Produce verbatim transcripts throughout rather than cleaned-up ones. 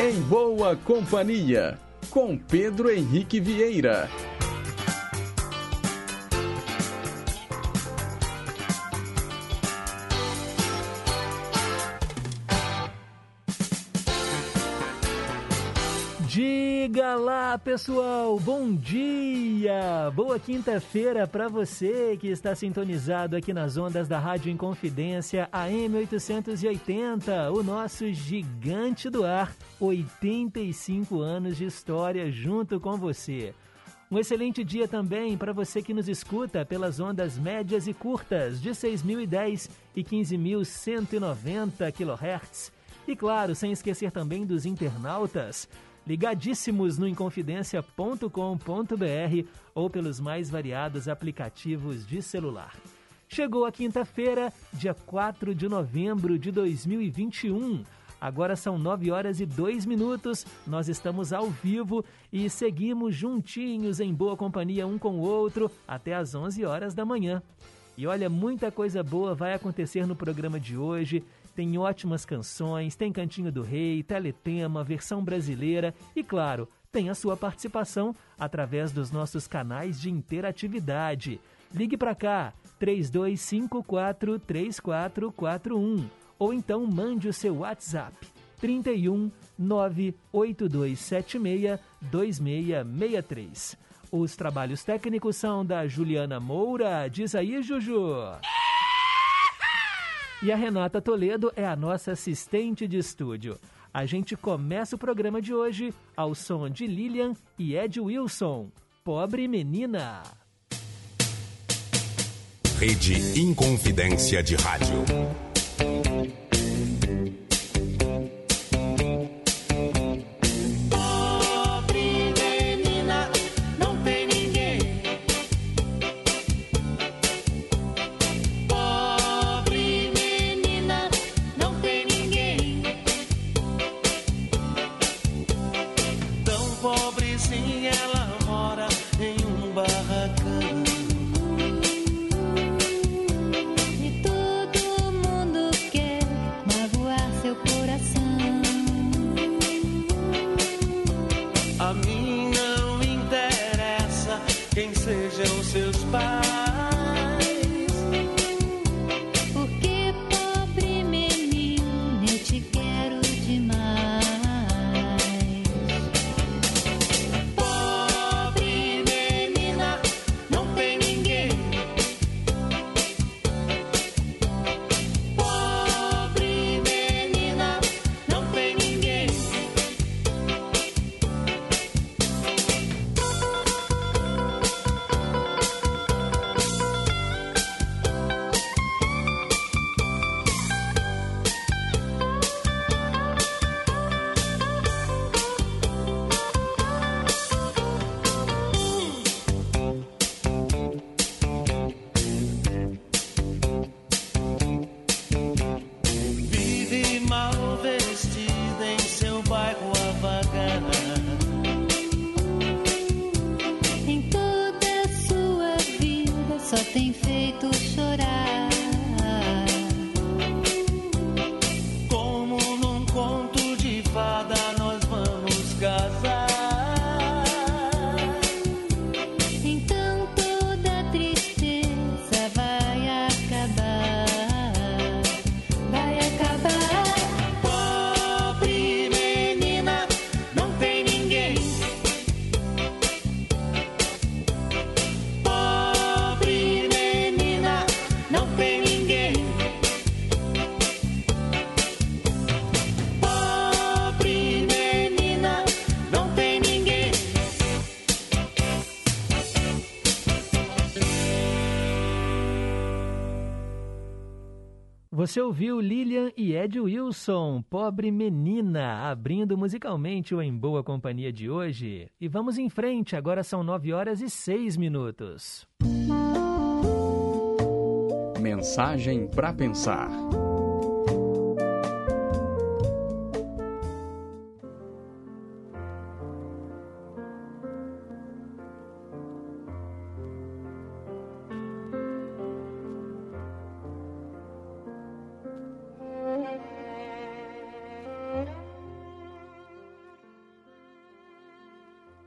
Em Boa Companhia, com Pedro Henrique Vieira. Diga lá, pessoal, bom dia! Boa quinta-feira para você que está sintonizado aqui nas ondas da Rádio Inconfidência A M oitocentos e oitenta, o nosso gigante do ar, oitenta e cinco anos de história junto com você. Um excelente dia também para você que nos escuta pelas ondas médias e curtas de seis mil e dez e quinze mil cento e noventa quilohertz. E claro, sem esquecer também dos internautas ligadíssimos no inconfidencia ponto com ponto b r ou pelos mais variados aplicativos de celular. Chegou a quinta-feira, dia quatro de novembro de dois mil e vinte e um. Agora são nove horas e dois minutos, nós estamos ao vivo e seguimos juntinhos em boa companhia um com o outro até às onze horas da manhã. E olha, muita coisa boa vai acontecer no programa de hoje. Tem ótimas canções, tem Cantinho do Rei, Teletema, versão brasileira e, claro, tem a sua participação através dos nossos canais de interatividade. Ligue para cá, três dois cinco quatro, três quatro quatro um ou então mande o seu WhatsApp, trinta e um, nove oito dois sete seis, dois seis seis três. Os trabalhos técnicos são da Juliana Moura. Diz aí, Juju! E a Renata Toledo é a nossa assistente de estúdio. A gente começa o programa de hoje ao som de Lilian e Ed Wilson, Pobre Menina. Rede Inconfidência de Rádio. Você ouviu Lilian e Ed Wilson, Pobre Menina, abrindo musicalmente o Em Boa Companhia de hoje. E vamos em frente, agora são nove horas e seis minutos. Mensagem para pensar.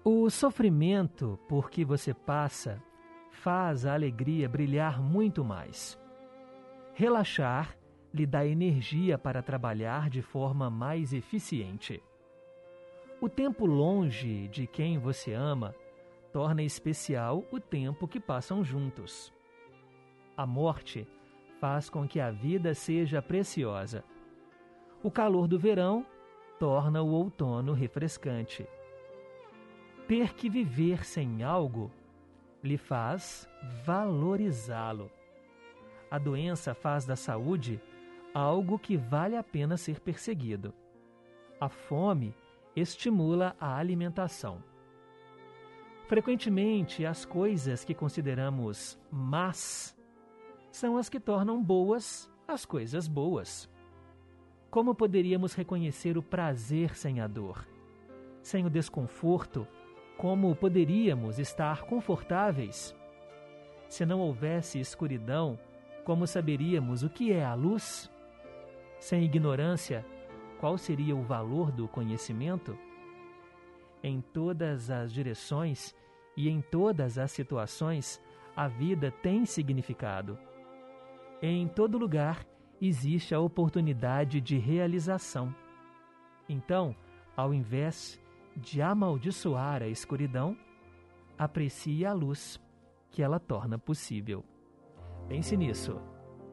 O sofrimento por que você passa faz a alegria brilhar muito mais. Relaxar lhe dá energia para trabalhar de forma mais eficiente. O tempo longe de quem você ama torna especial o tempo que passam juntos. A morte faz com que a vida seja preciosa. O calor do verão torna o outono refrescante. Ter que viver sem algo lhe faz valorizá-lo. A doença faz da saúde algo que vale a pena ser perseguido. A fome estimula a alimentação. Frequentemente, as coisas que consideramos más são as que tornam boas as coisas boas. Como poderíamos reconhecer o prazer sem a dor? Sem o desconforto, como poderíamos estar confortáveis? Se não houvesse escuridão, como saberíamos o que é a luz? Sem ignorância, qual seria o valor do conhecimento? Em todas as direções e em todas as situações, a vida tem significado. Em todo lugar existe a oportunidade de realização. Então, ao invés de amaldiçoar a escuridão, aprecie a luz que ela torna possível. Pense nisso.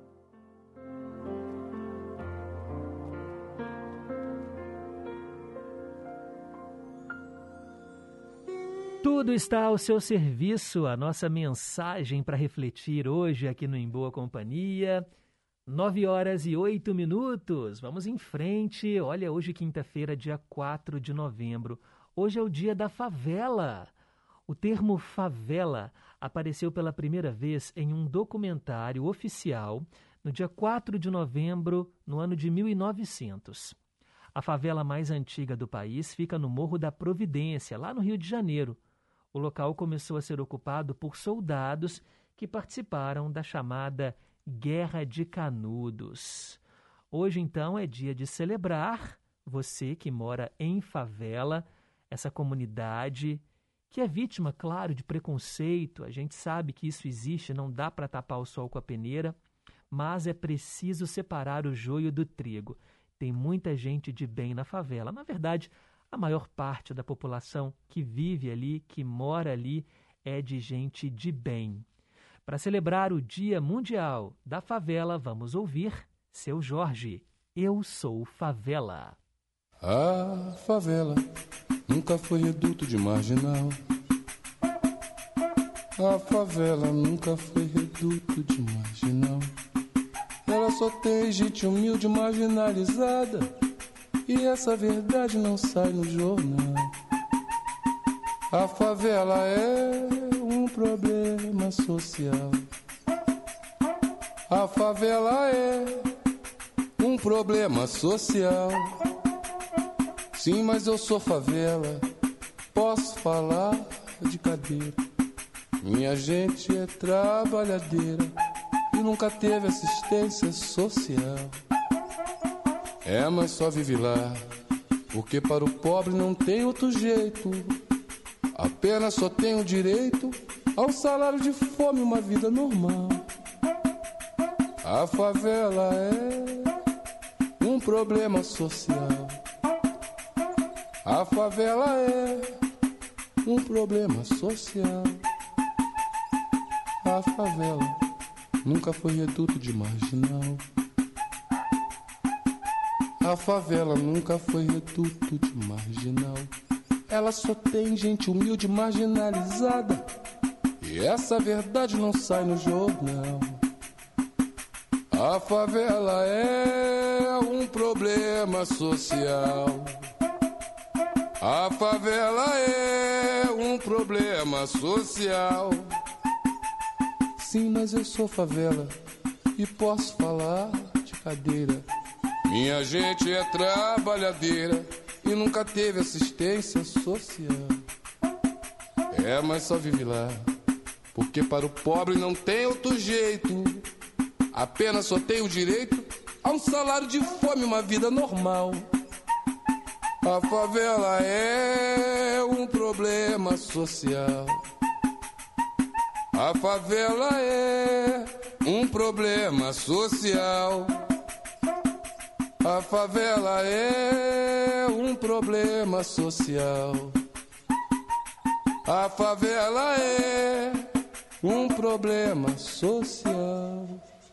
Tudo está ao seu serviço, a nossa mensagem para refletir hoje aqui no Em Boa Companhia. Nove horas e oito minutos. Vamos em frente. Olha, hoje quinta-feira, dia quatro de novembro. Hoje é o dia da favela. O termo favela apareceu pela primeira vez em um documentário oficial no dia quatro de novembro, no ano de mil e novecentos. A favela mais antiga do país fica no Morro da Providência, lá no Rio de Janeiro. O local começou a ser ocupado por soldados que participaram da chamada Guerra de Canudos. Hoje, então, é dia de celebrar você que mora em favela, essa comunidade que é vítima, claro, de preconceito. A gente sabe que isso existe, não dá para tapar o sol com a peneira, mas é preciso separar o joio do trigo. Tem muita gente de bem na favela. Na verdade, a maior parte da população que vive ali, que mora ali, é de gente de bem. Para celebrar o Dia Mundial da Favela, vamos ouvir Seu Jorge, Eu Sou Favela. A favela nunca foi reduto de marginal. A favela nunca foi reduto de marginal. Ela só tem gente humilde marginalizada, e essa verdade não sai no jornal. A favela é um problema social. A favela é um problema social. Sim, mas eu sou favela, posso falar de cadeira. Minha gente é trabalhadeira e nunca teve assistência social. É, mas só vive lá, porque para o pobre não tem outro jeito. Apenas só tem o direito ao salário de fome, uma vida normal. A favela é um problema social. A favela é um problema social. A favela nunca foi reduto de marginal. A favela nunca foi reduto de marginal. Ela só tem gente humilde marginalizada, e essa verdade não sai no jornal. A favela é um problema social. A favela é um problema social. Sim, mas eu sou favela e posso falar de cadeira. Minha gente é trabalhadeira e nunca teve assistência social. É, mas só vive lá, porque para o pobre não tem outro jeito. Apenas só tem o direito a um salário de fome, uma vida normal. A favela é um problema social. A favela é um problema social. A favela é um problema social. A favela é um problema social.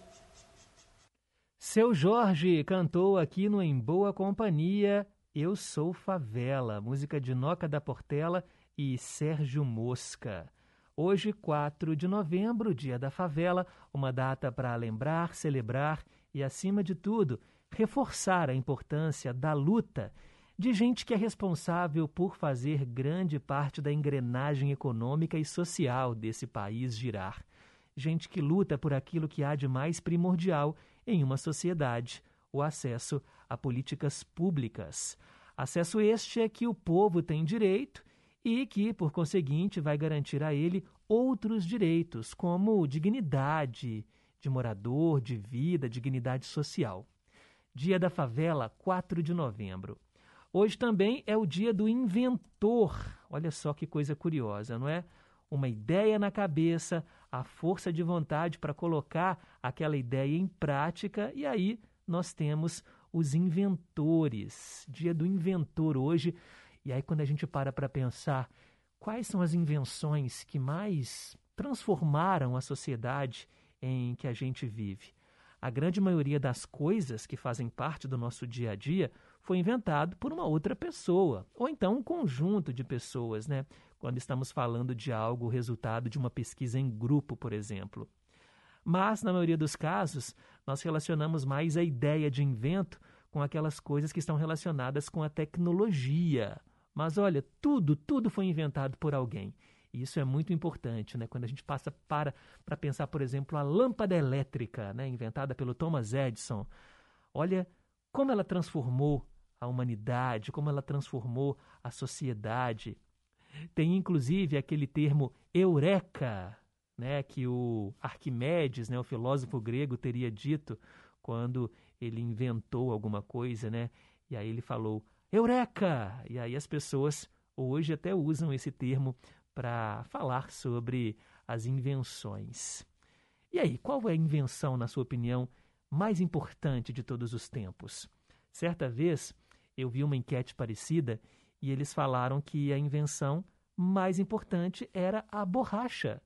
Seu Jorge cantou aqui no Em Boa Companhia Eu Sou Favela, música de Noca da Portela e Sérgio Mosca. Hoje, quatro de novembro, dia da favela, uma data para lembrar, celebrar e, acima de tudo, reforçar a importância da luta de gente que é responsável por fazer grande parte da engrenagem econômica e social desse país girar. Gente que luta por aquilo que há de mais primordial em uma sociedade, o acesso a políticas públicas. Acesso este é que o povo tem direito e que, por conseguinte, vai garantir a ele outros direitos, como dignidade de morador, de vida, dignidade social. Dia da Favela, quatro de novembro. Hoje também é o dia do inventor. Olha só que coisa curiosa, não é? Uma ideia na cabeça, a força de vontade para colocar aquela ideia em prática, e aí nós temos os inventores. Dia do inventor hoje. E aí quando a gente para para pensar quais são as invenções que mais transformaram a sociedade em que a gente vive, a grande maioria das coisas que fazem parte do nosso dia a dia foi inventado por uma outra pessoa, ou então um conjunto de pessoas, né? Quando estamos falando de algo resultado de uma pesquisa em grupo, por exemplo. Mas, na maioria dos casos, nós relacionamos mais a ideia de invento com aquelas coisas que estão relacionadas com a tecnologia. Mas olha, tudo, tudo foi inventado por alguém. E isso é muito importante, né? Quando a gente passa para para pensar, por exemplo, a lâmpada elétrica, né? Inventada pelo Thomas Edison. Olha como ela transformou a humanidade, como ela transformou a sociedade. Tem inclusive aquele termo eureka, né? Que o Arquimedes, né? O filósofo grego, teria dito quando ele inventou alguma coisa, né? E aí ele falou eureka! E aí as pessoas hoje até usam esse termo para falar sobre as invenções. E aí, qual é a invenção, na sua opinião, mais importante de todos os tempos? Certa vez, eu vi uma enquete parecida e eles falaram que a invenção mais importante era a borracha.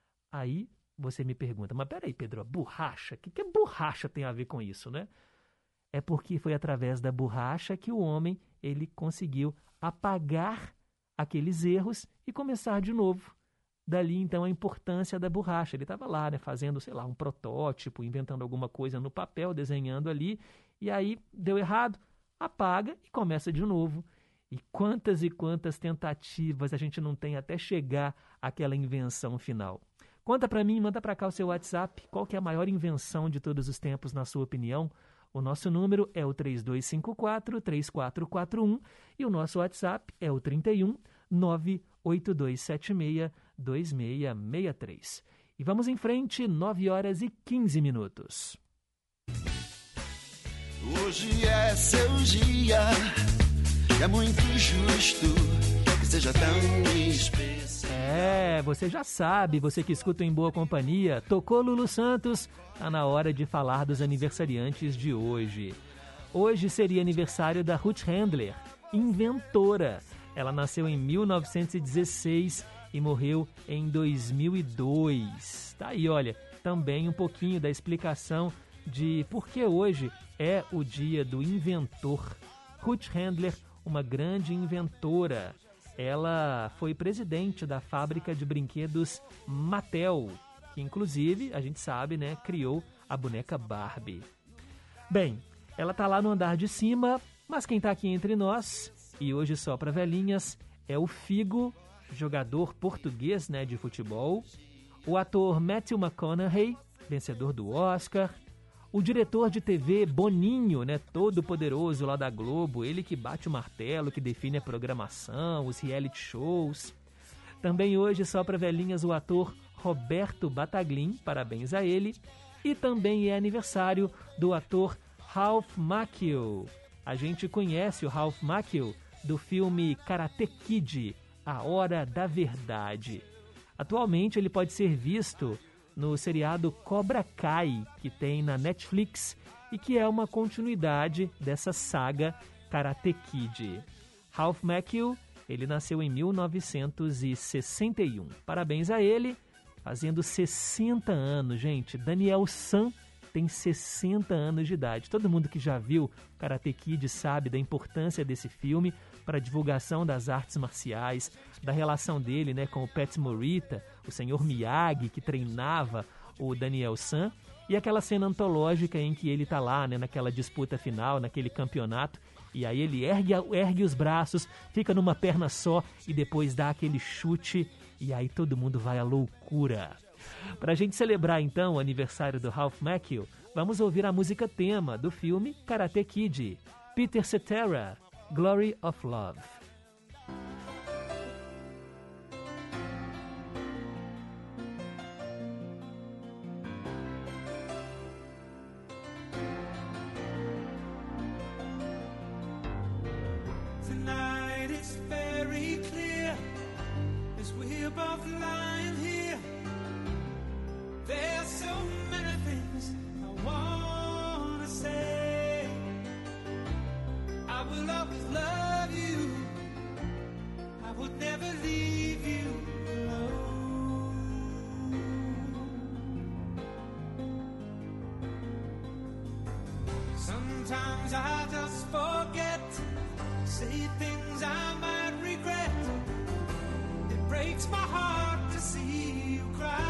Aí você me pergunta, mas peraí, Pedro, a borracha? O que, que a borracha tem a ver com isso, né? É porque foi através da borracha que o homem ele conseguiu apagar aqueles erros e começar de novo. Dali, então, a importância da borracha. Ele estava lá, né, fazendo, sei lá, um protótipo, inventando alguma coisa no papel, desenhando ali, e aí deu errado, apaga e começa de novo. E quantas e quantas tentativas a gente não tem até chegar àquela invenção final. Conta para mim, manda para cá o seu WhatsApp, qual que é a maior invenção de todos os tempos, na sua opinião? O nosso número é o três dois cinco quatro, três quatro quatro um e o nosso WhatsApp é o trinta e um, nove oito dois sete seis, dois seis seis três. E vamos em frente, nove horas e quinze minutos. Hoje é seu dia, é muito justo que seja tão especial. É, você já sabe, você que escuta Em Boa Companhia, tocou Lulu Santos, tá na hora de falar dos aniversariantes de hoje. Hoje seria aniversário da Ruth Handler, inventora. Ela nasceu em mil novecentos e dezesseis e morreu em dois mil e dois. Tá aí, olha, também um pouquinho da explicação de por que hoje é o dia do inventor. Ruth Handler, uma grande inventora. Ela foi presidente da fábrica de brinquedos Mattel, que inclusive, a gente sabe, né, criou a boneca Barbie. Bem, ela tá lá no andar de cima, mas quem tá aqui entre nós, e hoje só para velhinhas, é o Figo, jogador português, né, de futebol, o ator Matthew McConaughey, vencedor do Oscar, o diretor de T V Boninho, né, todo poderoso lá da Globo, ele que bate o martelo, que define a programação, os reality shows. Também hoje, só para velhinhas, o ator Roberto Bataglin, parabéns a ele. E também é aniversário do ator Ralph Macchio. A gente conhece o Ralph Macchio do filme Karate Kid, A Hora da Verdade. Atualmente ele pode ser visto no seriado Cobra Kai, que tem na Netflix e que é uma continuidade dessa saga Karate Kid. Ralph Macchio, ele nasceu em mil novecentos e sessenta e um. Parabéns a ele, fazendo sessenta anos, gente. Daniel San tem sessenta anos de idade. Todo mundo que já viu Karate Kid sabe da importância desse filme para a divulgação das artes marciais, da relação dele, né, com o Pat Morita, o senhor Miyagi, que treinava o Daniel San, e aquela cena antológica em que ele está lá, né, naquela disputa final, naquele campeonato, e aí ele ergue, ergue os braços, fica numa perna só e depois dá aquele chute, e aí todo mundo vai à loucura. Para a gente celebrar então o aniversário do Ralph Macchio, vamos ouvir a música tema do filme Karate Kid, Peter Cetera, Glory of Love. Tonight it's very clear as we're both lying here. There's so many things I wanna say. I will always love you. I would never leave you alone. Sometimes I just forget, say things I might regret. It breaks my heart to see you cry.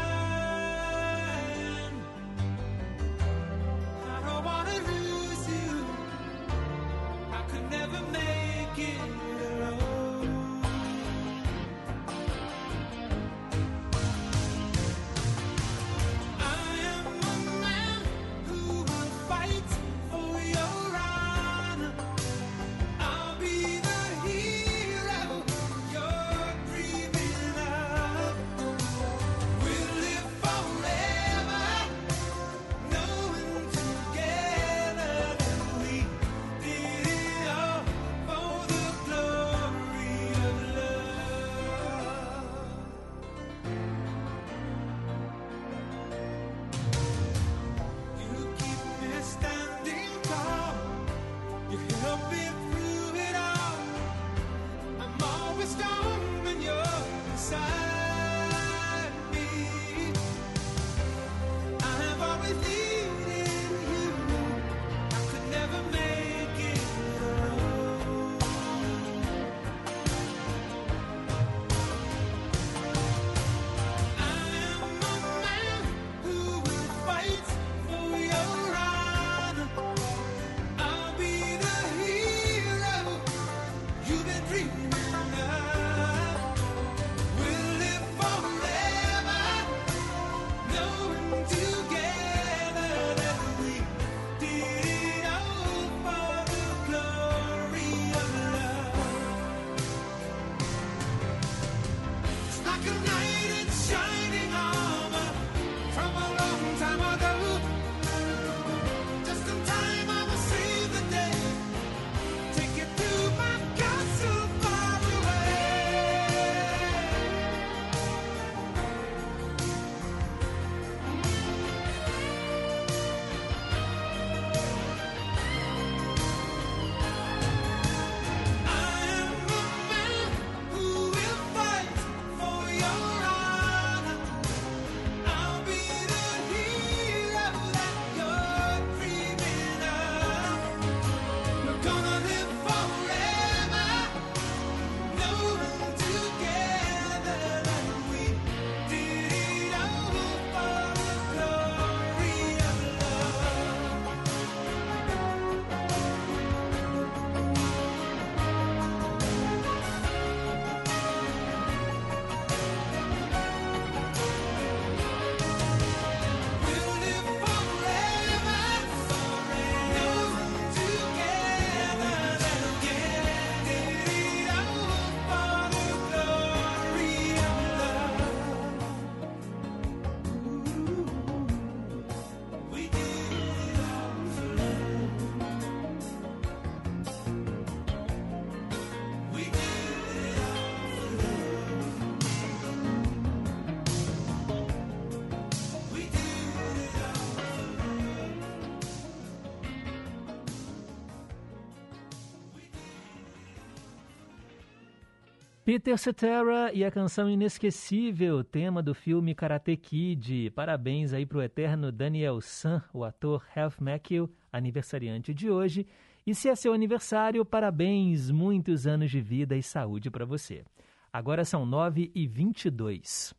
Peter Cetera e a canção Inesquecível, tema do filme Karate Kid. Parabéns aí pro eterno Daniel San, o ator Ralph Macchio, aniversariante de hoje. E se é seu aniversário, parabéns, muitos anos de vida e saúde para você. Agora são nove e vinte e dois.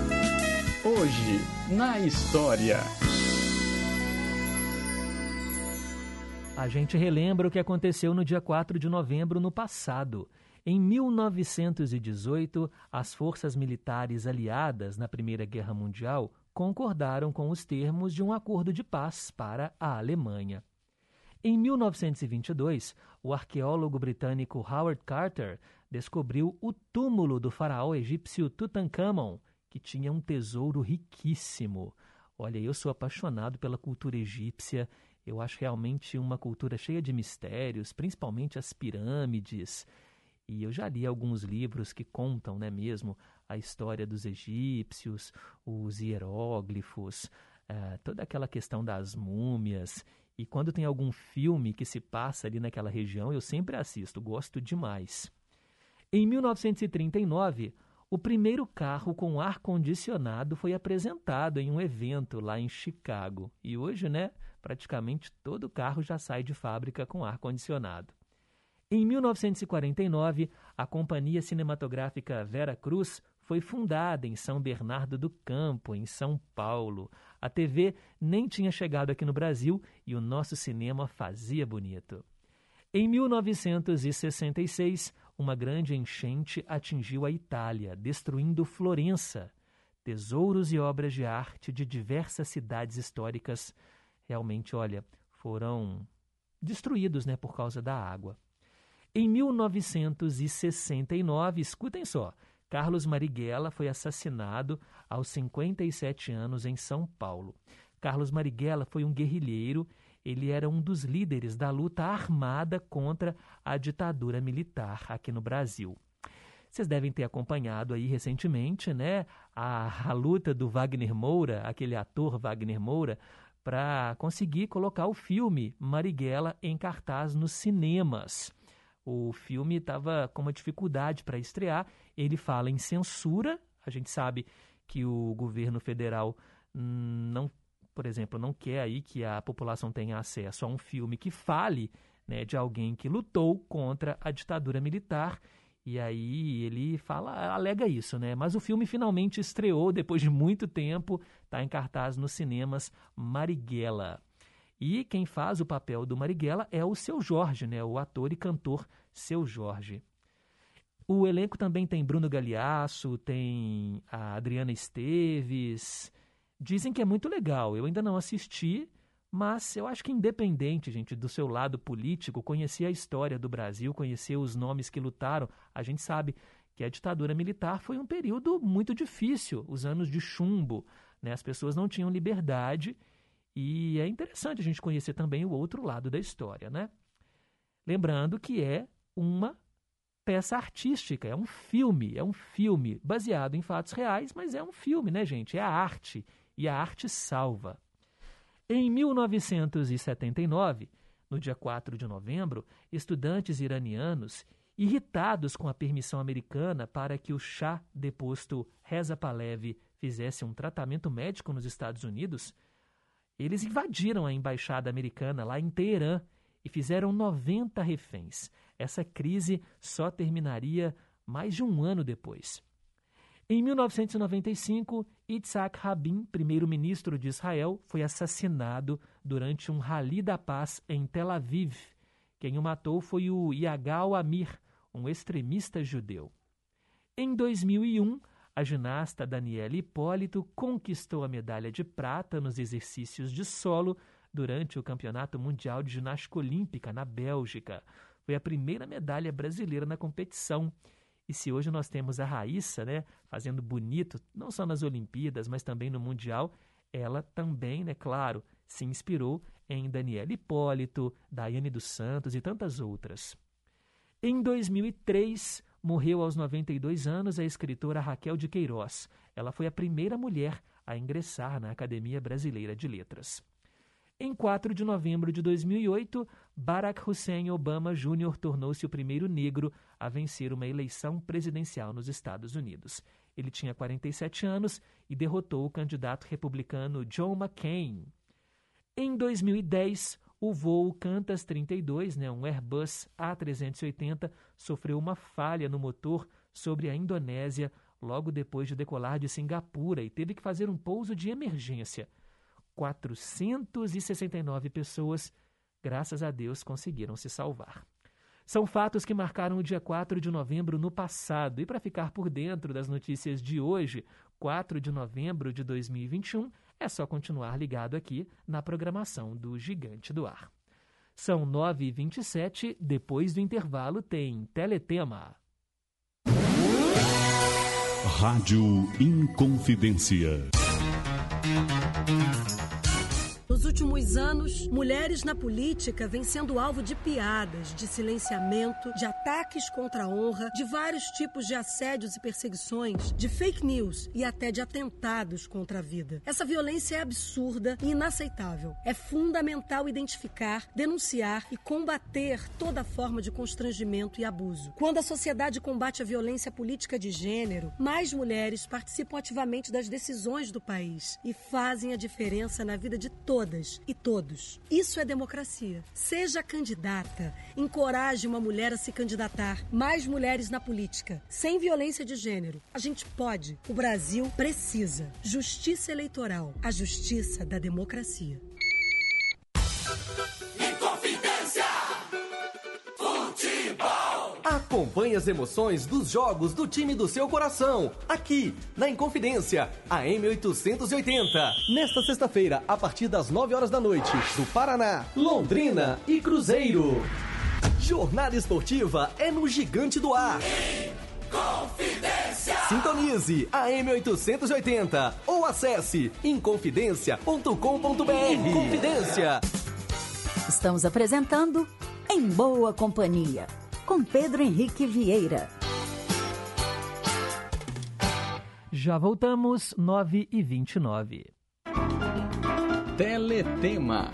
Hoje, na história. A gente relembra o que aconteceu no dia quatro de novembro no passado. Em mil novecentos e dezoito, as forças militares aliadas na Primeira Guerra Mundial concordaram com os termos de um acordo de paz para a Alemanha. Em mil novecentos e vinte e dois, o arqueólogo britânico Howard Carter descobriu o túmulo do faraó egípcio Tutankhamon, que tinha um tesouro riquíssimo. Olha, eu sou apaixonado pela cultura egípcia. Eu acho realmente uma cultura cheia de mistérios, principalmente as pirâmides. E eu já li alguns livros que contam, né, mesmo a história dos egípcios, os hieróglifos, uh, toda aquela questão das múmias. E quando tem algum filme que se passa ali naquela região, eu sempre assisto, gosto demais. Em mil novecentos e trinta e nove, o primeiro carro com ar-condicionado foi apresentado em um evento lá em Chicago. E hoje, né, praticamente todo carro já sai de fábrica com ar-condicionado. Em mil novecentos e quarenta e nove, a Companhia Cinematográfica Vera Cruz foi fundada em São Bernardo do Campo, em São Paulo. A T V nem tinha chegado aqui no Brasil e o nosso cinema fazia bonito. Em mil novecentos e sessenta e seis, uma grande enchente atingiu a Itália, destruindo Florença. Tesouros e obras de arte de diversas cidades históricas realmente, olha, foram destruídos, né, por causa da água. Em mil novecentos e sessenta e nove, escutem só, Carlos Marighella foi assassinado aos cinquenta e sete anos em São Paulo. Carlos Marighella foi um guerrilheiro, ele era um dos líderes da luta armada contra a ditadura militar aqui no Brasil. Vocês devem ter acompanhado aí recentemente, né, a, a luta do Wagner Moura, aquele ator Wagner Moura, para conseguir colocar o filme Marighella em cartaz nos cinemas. O filme estava com uma dificuldade para estrear, ele fala em censura, a gente sabe que o governo federal não, por exemplo, não quer aí que a população tenha acesso a um filme que fale, né, de alguém que lutou contra a ditadura militar, e aí ele fala, alega isso, né? Mas o filme finalmente estreou depois de muito tempo, está em cartaz nos cinemas, Marighella. E quem faz o papel do Marighella é o Seu Jorge, né? O ator e cantor Seu Jorge. O elenco também tem Bruno Galhaço, tem a Adriana Esteves. Dizem que é muito legal. Eu ainda não assisti, mas eu acho que independente, gente, do seu lado político, conhecer a história do Brasil, conhecer os nomes que lutaram, a gente sabe que a ditadura militar foi um período muito difícil, os anos de chumbo, né? As pessoas não tinham liberdade. E é interessante a gente conhecer também o outro lado da história, né? Lembrando que é uma peça artística, é um filme, é um filme baseado em fatos reais, mas é um filme, né, gente? É a arte, e a arte salva. Em mil novecentos e setenta e nove, no dia quatro de novembro, estudantes iranianos, irritados com a permissão americana para que o Shah deposto Reza Pahlavi fizesse um tratamento médico nos Estados Unidos, eles invadiram a embaixada americana lá em Teherã e fizeram noventa reféns. Essa crise só terminaria mais de um ano depois. Em mil novecentos e noventa e cinco, Yitzhak Rabin, primeiro-ministro de Israel, foi assassinado durante um rally da paz em Tel Aviv. Quem o matou foi o Yagal Amir, um extremista judeu. Em dois mil e um, a ginasta Daniela Hipólito conquistou a medalha de prata nos exercícios de solo durante o Campeonato Mundial de Ginástica Olímpica na Bélgica. Foi a primeira medalha brasileira na competição. E se hoje nós temos a Raíssa, né, fazendo bonito, não só nas Olimpíadas, mas também no Mundial, ela também, né, claro, se inspirou em Daniela Hipólito, Daiane dos Santos e tantas outras. Em dois mil e três, morreu aos noventa e dois anos a escritora Raquel de Queiroz. Ela foi a primeira mulher a ingressar na Academia Brasileira de Letras. Em quatro de novembro de dois mil e oito, Barack Hussein Obama Júnior tornou-se o primeiro negro a vencer uma eleição presidencial nos Estados Unidos. Ele tinha quarenta e sete anos e derrotou o candidato republicano John McCain. Em dois mil e dez, o voo Qantas trinta e dois, né, um Airbus A trezentos e oitenta, sofreu uma falha no motor sobre a Indonésia logo depois de decolar de Singapura e teve que fazer um pouso de emergência. quatrocentas e sessenta e nove pessoas, graças a Deus, conseguiram se salvar. São fatos que marcaram o dia quatro de novembro no passado. E para ficar por dentro das notícias de hoje, quatro de novembro de dois mil e vinte e um, é só continuar ligado aqui na programação do Gigante do Ar. São nove e vinte e sete, depois do intervalo tem Teletema. Rádio Inconfidência. Nos últimos anos, mulheres na política vêm sendo alvo de piadas, de silenciamento, de ataques contra a honra, de vários tipos de assédios e perseguições, de fake news e até de atentados contra a vida. Essa violência é absurda e inaceitável. É fundamental identificar, denunciar e combater toda forma de constrangimento e abuso. Quando a sociedade combate a violência política de gênero, mais mulheres participam ativamente das decisões do país e fazem a diferença na vida de todas e todos. Isso é democracia. Seja candidata, encoraje uma mulher a se candidatar. Mais mulheres na política, sem violência de gênero. A gente pode. O Brasil precisa. Justiça eleitoral. A justiça da democracia. Inconfidência! Futebol! Acompanhe as emoções dos jogos do time do seu coração, aqui na Inconfidência, a M oitocentos e oitenta. Nesta sexta-feira, a partir das nove horas da noite, do Paraná, Londrina e Cruzeiro. Jornada esportiva é no Gigante do Ar. Inconfidência! Sintonize a M oitocentos e oitenta ou acesse inconfidência ponto com ponto br. Inconfidência. Estamos apresentando Em Boa Companhia, com Pedro Henrique Vieira. Já voltamos, nove e vinte e nove. Teletema.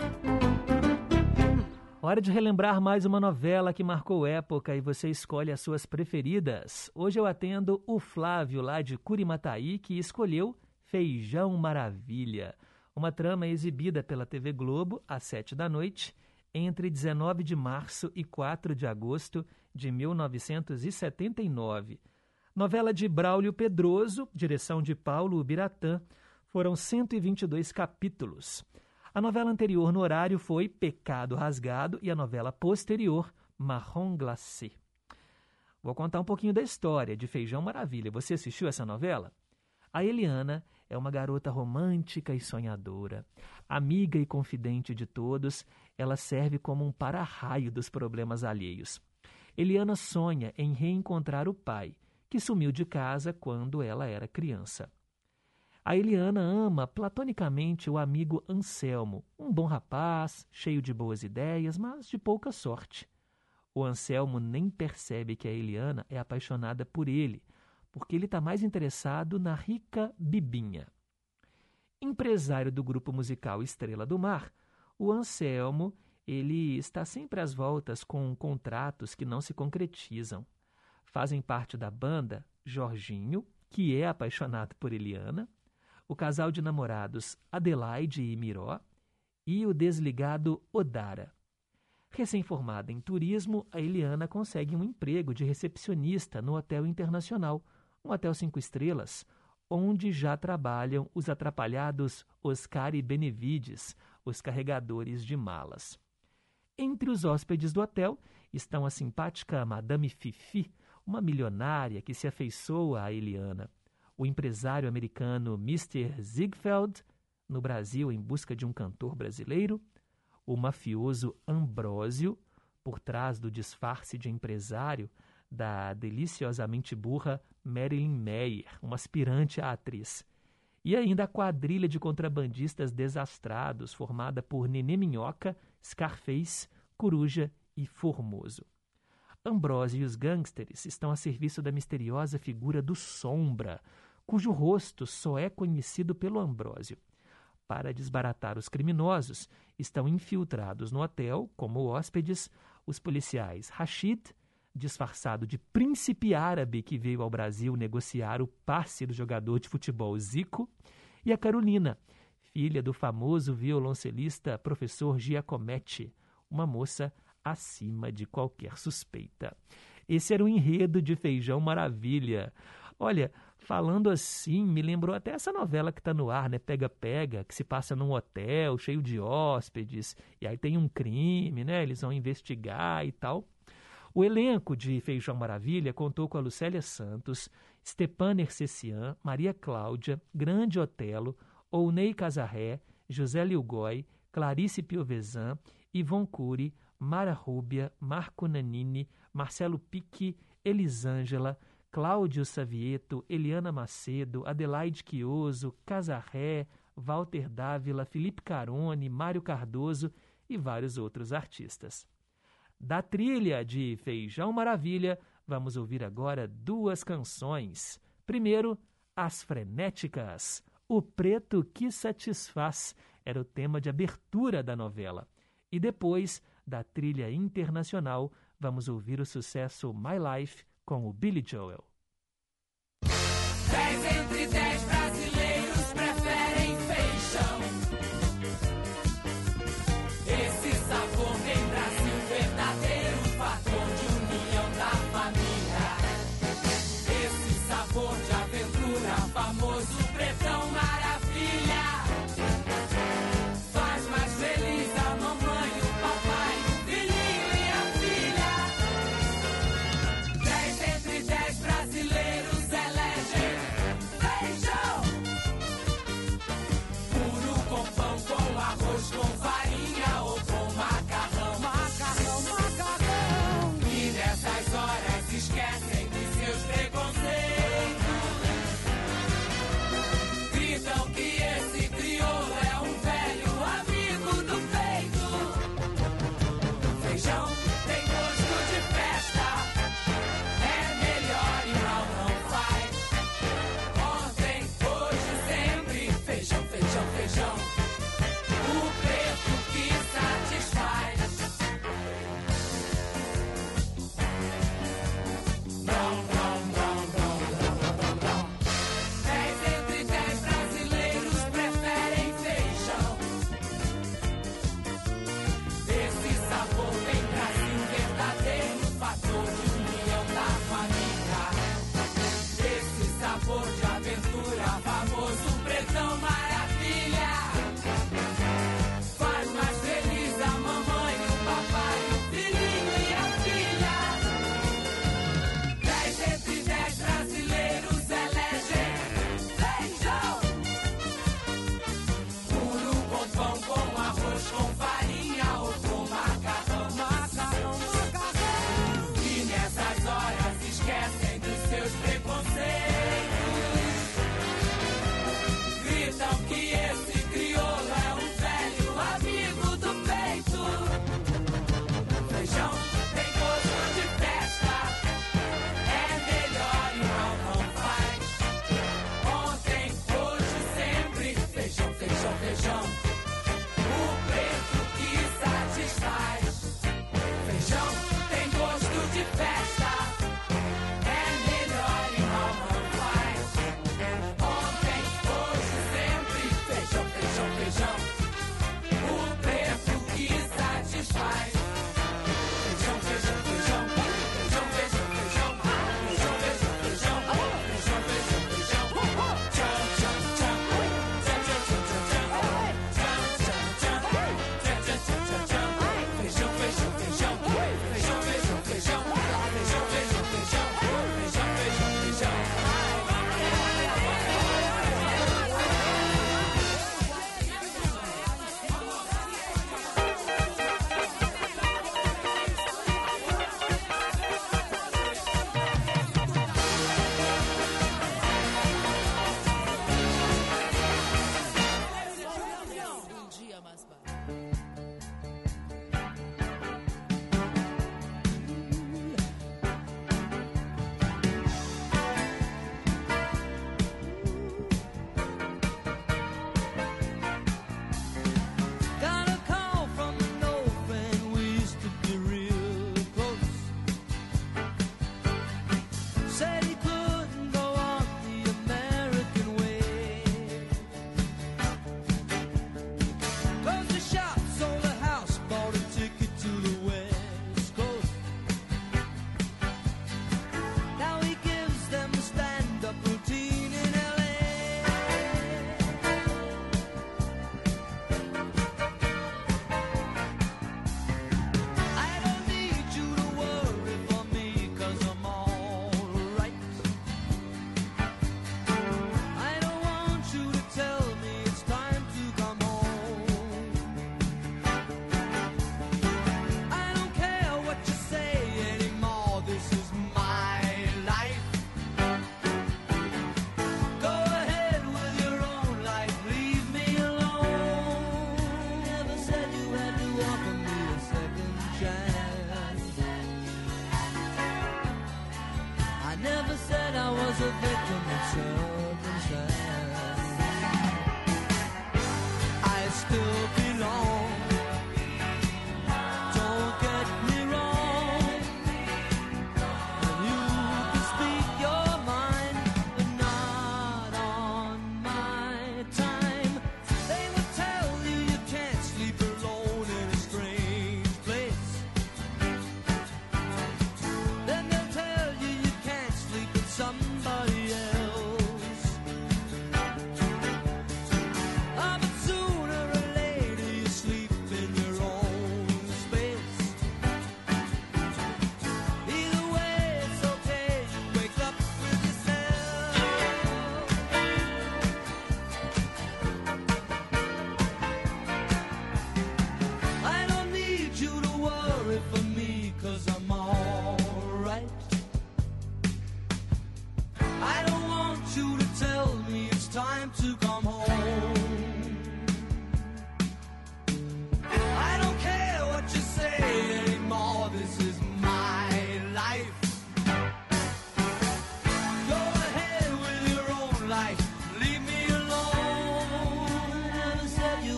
Hora de relembrar mais uma novela que marcou época e você escolhe as suas preferidas. Hoje eu atendo o Flávio, lá de Curimataí, que escolheu Feijão Maravilha. Uma trama exibida pela T V Globo às sete da noite, entre dezenove de março e quatro de agosto de mil novecentos e setenta e nove. Novela de Braulio Pedroso, direção de Paulo Ubiratã, foram cento e vinte e dois capítulos. A novela anterior no horário foi Pecado Rasgado e a novela posterior, Marrom Glacé. Vou contar um pouquinho da história de Feijão Maravilha. Você assistiu essa novela? A Eliana é uma garota romântica e sonhadora. Amiga e confidente de todos, ela serve como um para-raio dos problemas alheios. Eliana sonha em reencontrar o pai, que sumiu de casa quando ela era criança. A Eliana ama platonicamente o amigo Anselmo, um bom rapaz, cheio de boas ideias, mas de pouca sorte. O Anselmo nem percebe que a Eliana é apaixonada por ele, porque ele está mais interessado na rica Bibinha. Empresário do grupo musical Estrela do Mar, o Anselmo ele está sempre às voltas com contratos que não se concretizam. Fazem parte da banda Jorginho, que é apaixonado por Eliana, o casal de namorados Adelaide e Miró e o desligado Odara. Recém-formada em turismo, a Eliana consegue um emprego de recepcionista no Hotel Internacional, um hotel cinco estrelas, onde já trabalham os atrapalhados Oscar e Benevides, os carregadores de malas. Entre os hóspedes do hotel estão a simpática Madame Fifi, uma milionária que se afeiçoa a Eliana, o empresário americano mister Ziegfeld, no Brasil em busca de um cantor brasileiro, o mafioso Ambrósio, por trás do disfarce de empresário da deliciosamente burra Marilyn Meyer, uma aspirante à atriz, e ainda a quadrilha de contrabandistas desastrados, formada por Nenê Minhoca, Scarface, Coruja e Formoso. Ambrósio e os gangsters estão a serviço da misteriosa figura do Sombra, cujo rosto só é conhecido pelo Ambrósio. Para desbaratar os criminosos, estão infiltrados no hotel, como hóspedes, os policiais Rashid, disfarçado de príncipe árabe que veio ao Brasil negociar o passe do jogador de futebol Zico, e a Carolina, filha do famoso violoncelista professor Giacometti, uma moça acima de qualquer suspeita. Esse era o enredo de Feijão Maravilha. Olha, falando assim, me lembrou até essa novela que está no ar, né? Pega Pega, que se passa num hotel cheio de hóspedes, e aí tem um crime, né? Eles vão investigar e tal. O elenco de Feijão Maravilha contou com a Lucélia Santos, Stepan Nercessian, Maria Cláudia, Grande Otelo, Ounei Casarré, José Lilgói, Clarice Piovesan, Ivon Cury, Mara Rúbia, Marco Nanini, Marcelo Pique, Elisângela, Cláudio Savieto, Eliana Macedo, Adelaide Quioso, Casarré, Walter Dávila, Felipe Carone, Mário Cardoso e vários outros artistas. Da trilha de Feijão Maravilha, vamos ouvir agora duas canções. Primeiro, As Frenéticas, O Preto que Satisfaz, era o tema de abertura da novela. E depois, da trilha internacional, vamos ouvir o sucesso My Life com o Billy Joel. Dez entre dez brasileiros preferem feijão. Esse sabor tem Brasil, verdadeiro fator de união da família. Esse sabor de aventura, famoso pretão maravilha. Faz mais feliz a mamãe, o papai, o filhinho e a filha. Dez entre dez brasileiros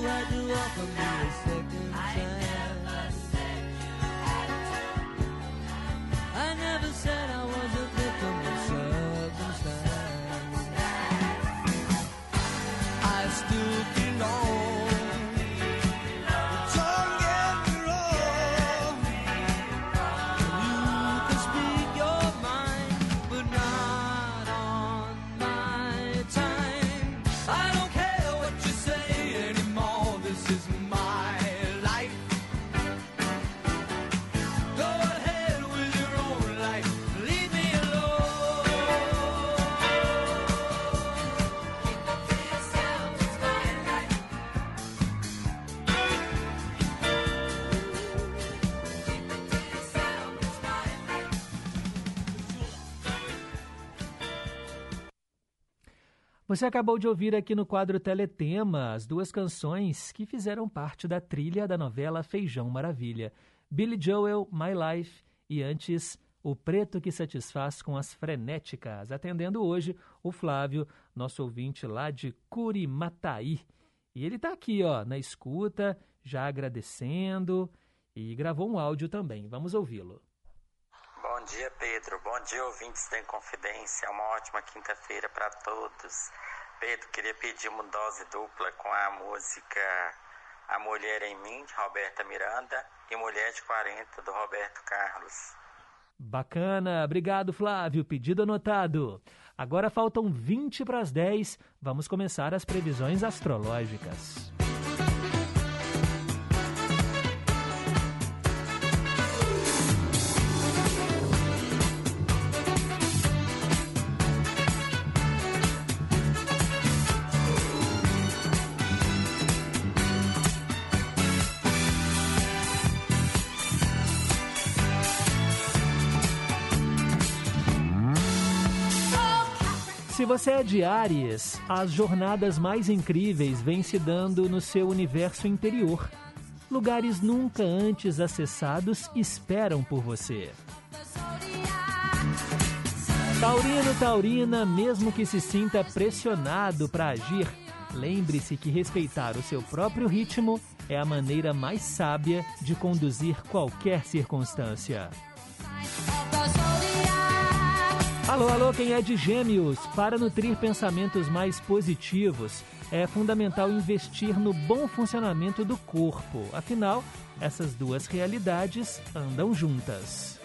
tried to offer me a second chance. I never said I was a victim of circumstance. I still belong. Don't get me wrong. You can speak your mind, but not on my time. I don't care what you say anymore. This is my life. Go ahead with your own life. Leave me alone. Keep it to yourself. It's my life. Keep it to yourself. It's my life. Você acabou de ouvir aqui no quadro Teletema as duas canções que fizeram parte da trilha da novela Feijão Maravilha. Billy Joel, My Life, e antes, O Preto que Satisfaz com as Frenéticas. Atendendo hoje o Flávio, nosso ouvinte lá de Curimataí. E ele está aqui, ó, na escuta, já agradecendo e gravou um áudio também. Vamos ouvi-lo. Bom dia, Pedro. Bom dia, ouvintes da Inconfidência. Uma ótima quinta-feira para todos. Pedro, queria pedir uma dose dupla com a música A Mulher em Mim, de Roberta Miranda, e Mulher de quarenta, do Roberto Carlos. Bacana, obrigado, Flávio. Pedido anotado. Agora faltam vinte para as dez. Vamos começar as previsões astrológicas. Se você é de Áries, as jornadas mais incríveis vêm se dando no seu universo interior. Lugares nunca antes acessados esperam por você. Taurino, taurina, mesmo que se sinta pressionado para agir, lembre-se que respeitar o seu próprio ritmo é a maneira mais sábia de conduzir qualquer circunstância. Alô, alô, quem é de Gêmeos? Para nutrir pensamentos mais positivos, é fundamental investir no bom funcionamento do corpo. Afinal, essas duas realidades andam juntas.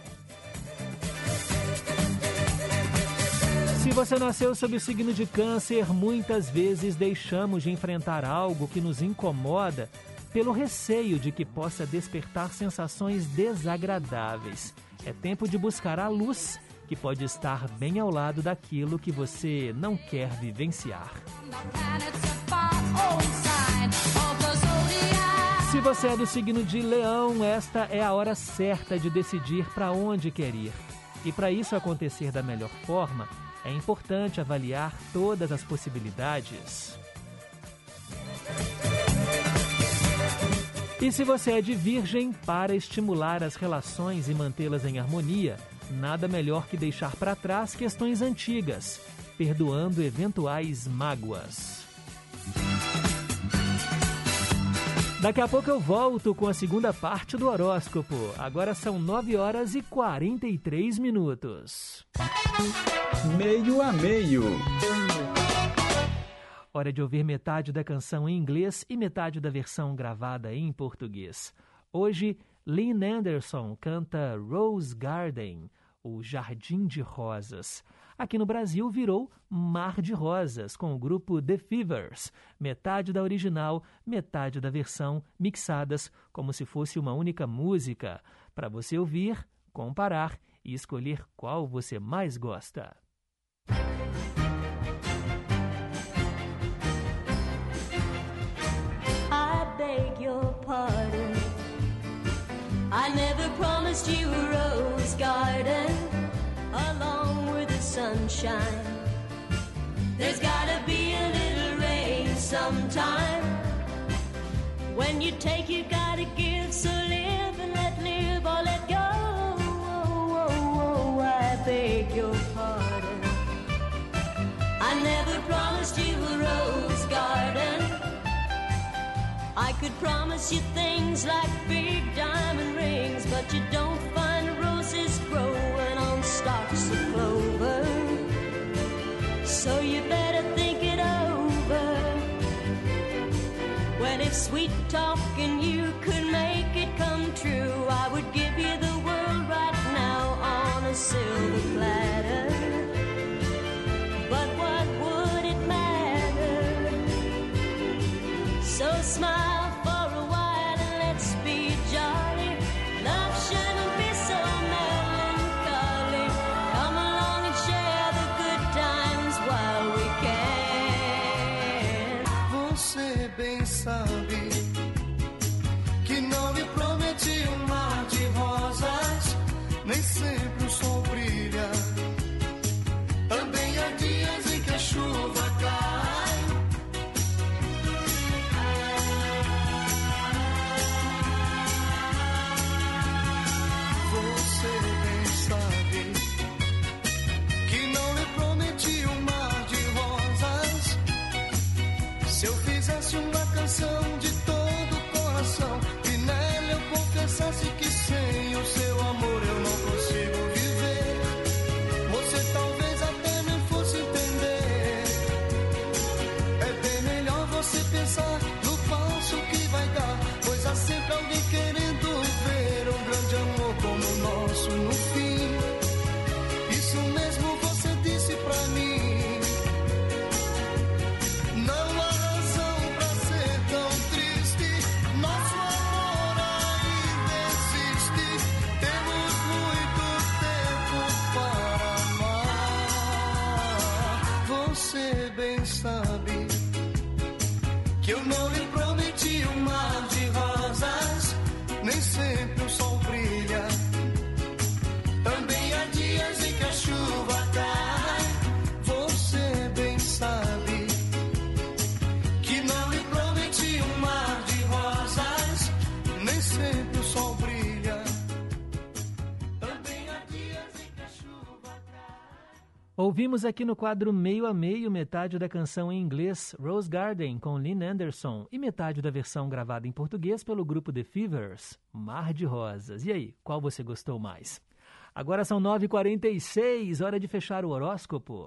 Se você nasceu sob o signo de Câncer, muitas vezes deixamos de enfrentar algo que nos incomoda pelo receio de que possa despertar sensações desagradáveis. É tempo de buscar a luz, que pode estar bem ao lado daquilo que você não quer vivenciar. Se você é do signo de Leão, esta é a hora certa de decidir para onde quer ir. E para isso acontecer da melhor forma, é importante avaliar todas as possibilidades. E se você é de Virgem, para estimular as relações e mantê-las em harmonia, nada melhor que deixar para trás questões antigas, perdoando eventuais mágoas. Daqui a pouco eu volto com a segunda parte do horóscopo. Agora são nove horas e quarenta e três minutos. Meio a meio. Hora de ouvir metade da canção em inglês e metade da versão gravada em português. Hoje, Lynn Anderson canta Rose Garden, o Jardim de Rosas. Aqui no Brasil virou Mar de Rosas, com o grupo The Fevers. Metade da original, metade da versão, mixadas como se fosse uma única música, para você ouvir, comparar e escolher qual você mais gosta. I beg your pardon. I never promised you a rose garden along with the sunshine. There's gotta be a little rain sometime. When you take, you gotta give. So live and let live or let go. Oh, oh, oh, I beg your pardon. I never promised you a rose garden I could promise you things like big diamond rings, but you don't find roses growing on stalks of clover. So you better think it over. Well, if sweet talking you could make it come true, I would give you the world right now on a silver platter. But what would it matter? So smile for a while and let's be jolly. Love shouldn't be so melancholy. Come along and share the good times while we can. Você bem sabe que não lhe prometi um mar de rosas. Nem sempre o sol brilha. Também há dias em que a chuva cai. Você bem sabe que não lhe prometi um mar de rosas. Se eu fizesse uma canção de todo o coração e nela eu confessasse que sem o seu amor eu não consigo viver, você talvez até nem fosse entender. É bem melhor você pensar no passo que vai dar, pois há sempre alguém querendo ver um grande amor como o nosso no fim. Isso mesmo você disse pra mim. Não há razão pra ser tão triste. Nosso amor ainda existe. Temos muito tempo para amar. Você bem sabe que eu não lhe prometi um mar de rosas. Nem sempre o sol brilha. Também há dias em que a chuva cai. Você bem sabe que não lhe prometi um mar de rosas. Nem sempre o sol brilha. Também há dias em que a chuva cai. Ouvimos aqui no quadro Meio a Meio metade da canção em inglês Rose Garden com Lynn Anderson e metade da versão gravada em português pelo grupo The Fevers, Mar de Rosas. E aí, qual você gostou mais? Agora são nove e quarenta e seis, hora de fechar o horóscopo.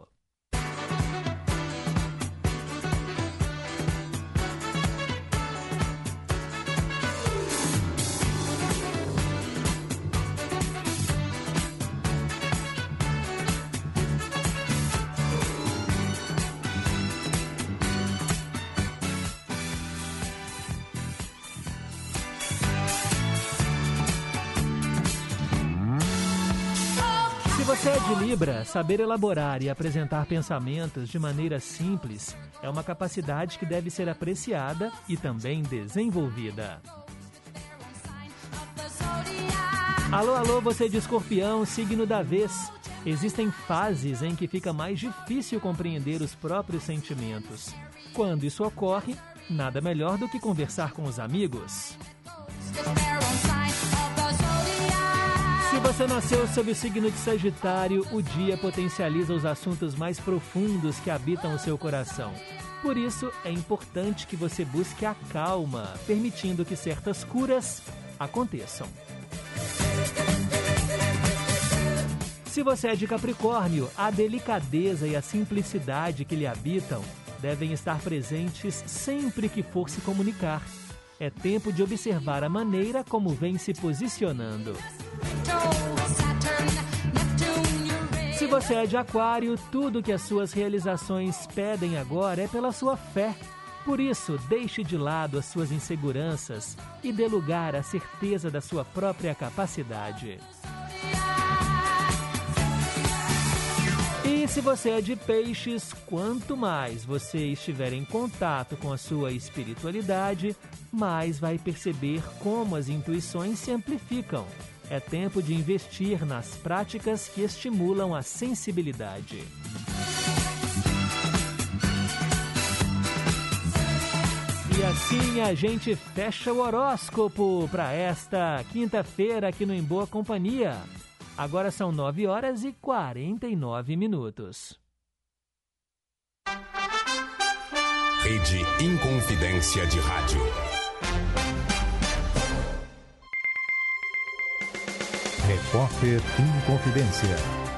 Se você é de Libra, saber elaborar e apresentar pensamentos de maneira simples é uma capacidade que deve ser apreciada e também desenvolvida. Alô, alô, você de Escorpião, signo da vez. Existem fases em que fica mais difícil compreender os próprios sentimentos. Quando isso ocorre, nada melhor do que conversar com os amigos. Se você nasceu sob o signo de Sagitário, o dia potencializa os assuntos mais profundos que habitam o seu coração. Por isso, é importante que você busque a calma, permitindo que certas curas aconteçam. Se você é de Capricórnio, a delicadeza e a simplicidade que lhe habitam devem estar presentes sempre que for se comunicar. É tempo de observar a maneira como vem se posicionando. Se você é de Aquário, tudo que as suas realizações pedem agora é pela sua fé. Por isso, deixe de lado as suas inseguranças e dê lugar à certeza da sua própria capacidade. E se você é de Peixes, quanto mais você estiver em contato com a sua espiritualidade, mais vai perceber como as intuições se amplificam. É tempo de investir nas práticas que estimulam a sensibilidade. E assim a gente fecha o horóscopo para esta quinta-feira aqui no Em Boa Companhia. Agora são nove horas e quarenta e nove minutos. Rede Inconfidência de Rádio. Repórter Inconfidência.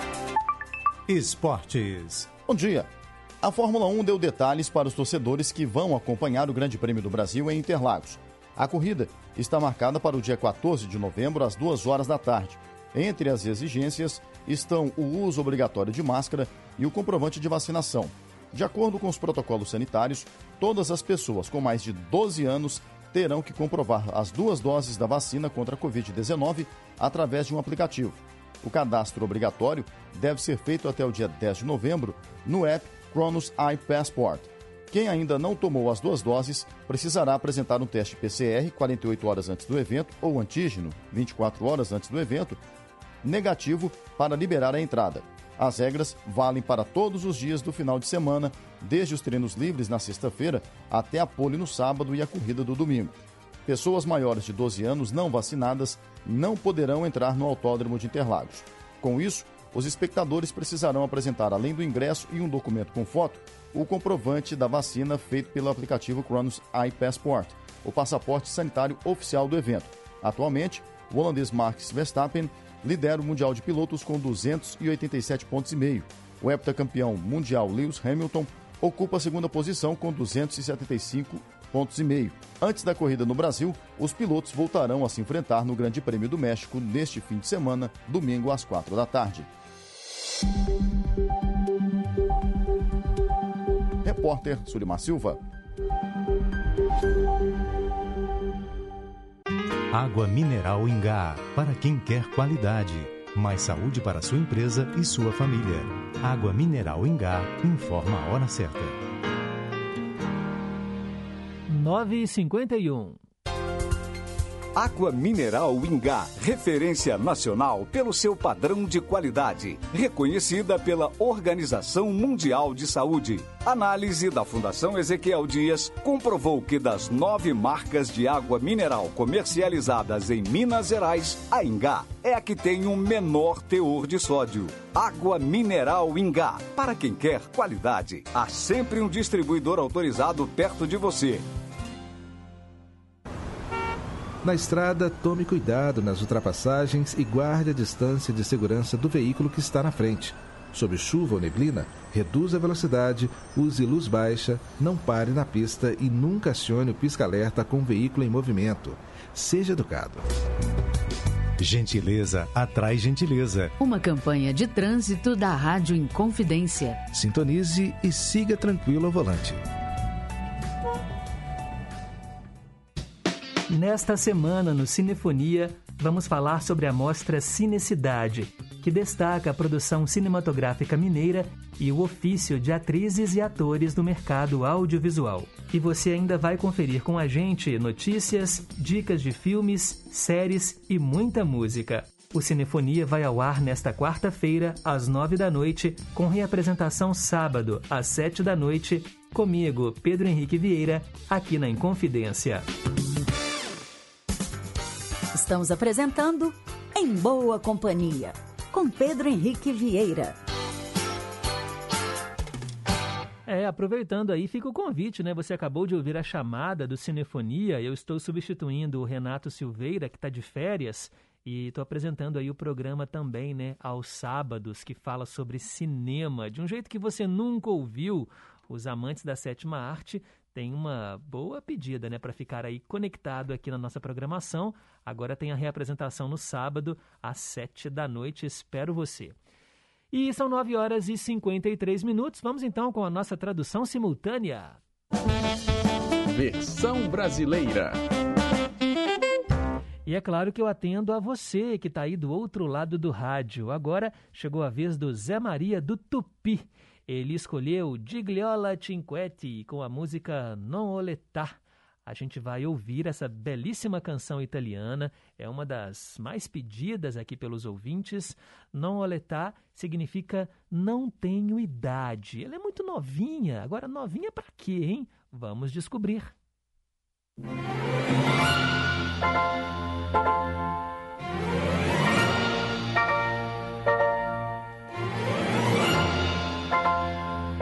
Esportes. Bom dia. A Fórmula um deu detalhes para os torcedores que vão acompanhar o Grande Prêmio do Brasil em Interlagos. A corrida está marcada para o dia quatorze de novembro, às duas horas da tarde. Entre as exigências estão o uso obrigatório de máscara e o comprovante de vacinação. De acordo com os protocolos sanitários, todas as pessoas com mais de doze anos terão que comprovar as duas doses da vacina contra a covid dezenove através de um aplicativo. O cadastro obrigatório deve ser feito até o dia dez de novembro no app Cronos iPassport. Quem ainda não tomou as duas doses precisará apresentar um teste P C R quarenta e oito horas antes do evento ou antígeno vinte e quatro horas antes do evento negativo para liberar a entrada. As regras valem para todos os dias do final de semana, desde os treinos livres na sexta-feira até a pole no sábado e a corrida do domingo. Pessoas maiores de doze anos não vacinadas não poderão entrar no Autódromo de Interlagos. Com isso, os espectadores precisarão apresentar, além do ingresso e um documento com foto, o comprovante da vacina feito pelo aplicativo Cronos iPassport, o passaporte sanitário oficial do evento. Atualmente, o holandês Max Verstappen lidera o Mundial de Pilotos com duzentos e oitenta e sete pontos e meio. O heptacampeão mundial Lewis Hamilton ocupa a segunda posição com duzentos e setenta e cinco pontos e meio. Antes da corrida no Brasil, os pilotos voltarão a se enfrentar no Grande Prêmio do México neste fim de semana, domingo às quatro da tarde. Repórter Sulimar Silva. Água mineral Ingá, para quem quer qualidade. Mais saúde para sua empresa e sua família. Água mineral Ingá, informa a hora certa. nove e cinquenta e um. Água Mineral Ingá, referência nacional pelo seu padrão de qualidade, reconhecida pela Organização Mundial de Saúde. Análise da Fundação Ezequiel Dias comprovou que das nove marcas de água mineral comercializadas em Minas Gerais, a Ingá é a que tem o menor teor de sódio. Água Mineral Ingá, para quem quer qualidade. Há sempre um distribuidor autorizado perto de você. Na estrada, tome cuidado nas ultrapassagens e guarde a distância de segurança do veículo que está na frente. Sob chuva ou neblina, reduza a velocidade, use luz baixa, não pare na pista e nunca acione o pisca-alerta com o veículo em movimento. Seja educado. Gentileza atrai gentileza. Uma campanha de trânsito da Rádio Inconfidência. Sintonize e siga tranquilo ao volante. Nesta semana, no Cinefonia, vamos falar sobre a mostra Cinecidade, que destaca a produção cinematográfica mineira e o ofício de atrizes e atores do mercado audiovisual. E você ainda vai conferir com a gente notícias, dicas de filmes, séries e muita música. O Cinefonia vai ao ar nesta quarta-feira, às nove da noite, com reapresentação sábado, às sete da noite, comigo, Pedro Henrique Vieira, aqui na Inconfidência. Estamos apresentando Em Boa Companhia, com Pedro Henrique Vieira. É, aproveitando aí, fica o convite, né? Você acabou de ouvir a chamada do Cinefonia. Eu estou substituindo o Renato Silveira, que está de férias, e estou apresentando aí o programa também, né? Aos sábados, que fala sobre cinema, de um jeito que você nunca ouviu. Os amantes da sétima arte têm uma boa pedida, né? Para ficar aí conectado aqui na nossa programação. Agora tem a reapresentação no sábado, às sete da noite. Espero você. E são nove horas e cinquenta e três minutos. Vamos então com a nossa tradução simultânea. Versão brasileira. E é claro que eu atendo a você que está aí do outro lado do rádio. Agora chegou a vez do Zé Maria do Tupi. Ele escolheu Gigliola Cinquetti com a música Non Oletà. A gente vai ouvir essa belíssima canção italiana, é uma das mais pedidas aqui pelos ouvintes. Non Oletà significa não tenho idade. Ela é muito novinha, agora novinha pra quê, hein? Vamos descobrir.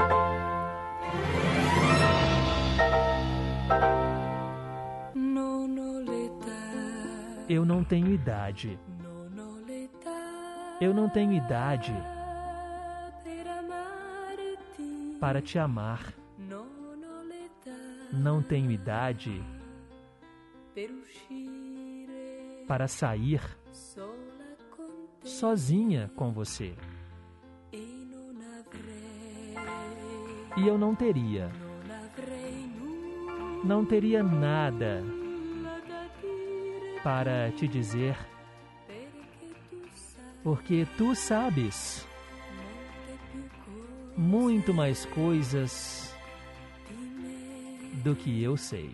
Non Eu não tenho idade. Eu não tenho idade para te amar. Não tenho idade para sair sozinha com você. E eu não teria, não teria nada para te dizer, porque tu sabes muito mais coisas do que eu sei.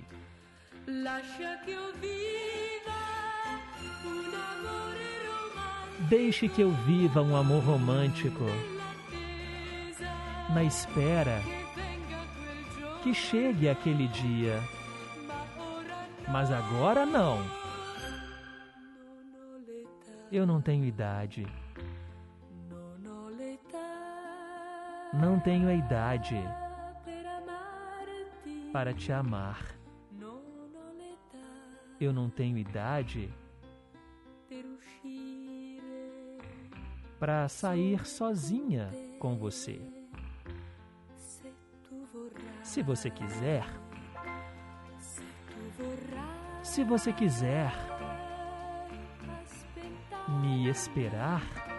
Deixe que eu viva um amor romântico na espera que chegue aquele dia. Mas agora não. Eu não tenho idade. Não tenho a idade para te amar. Eu não tenho idade para sair sozinha com você. Se você quiser, se você quiser me esperar,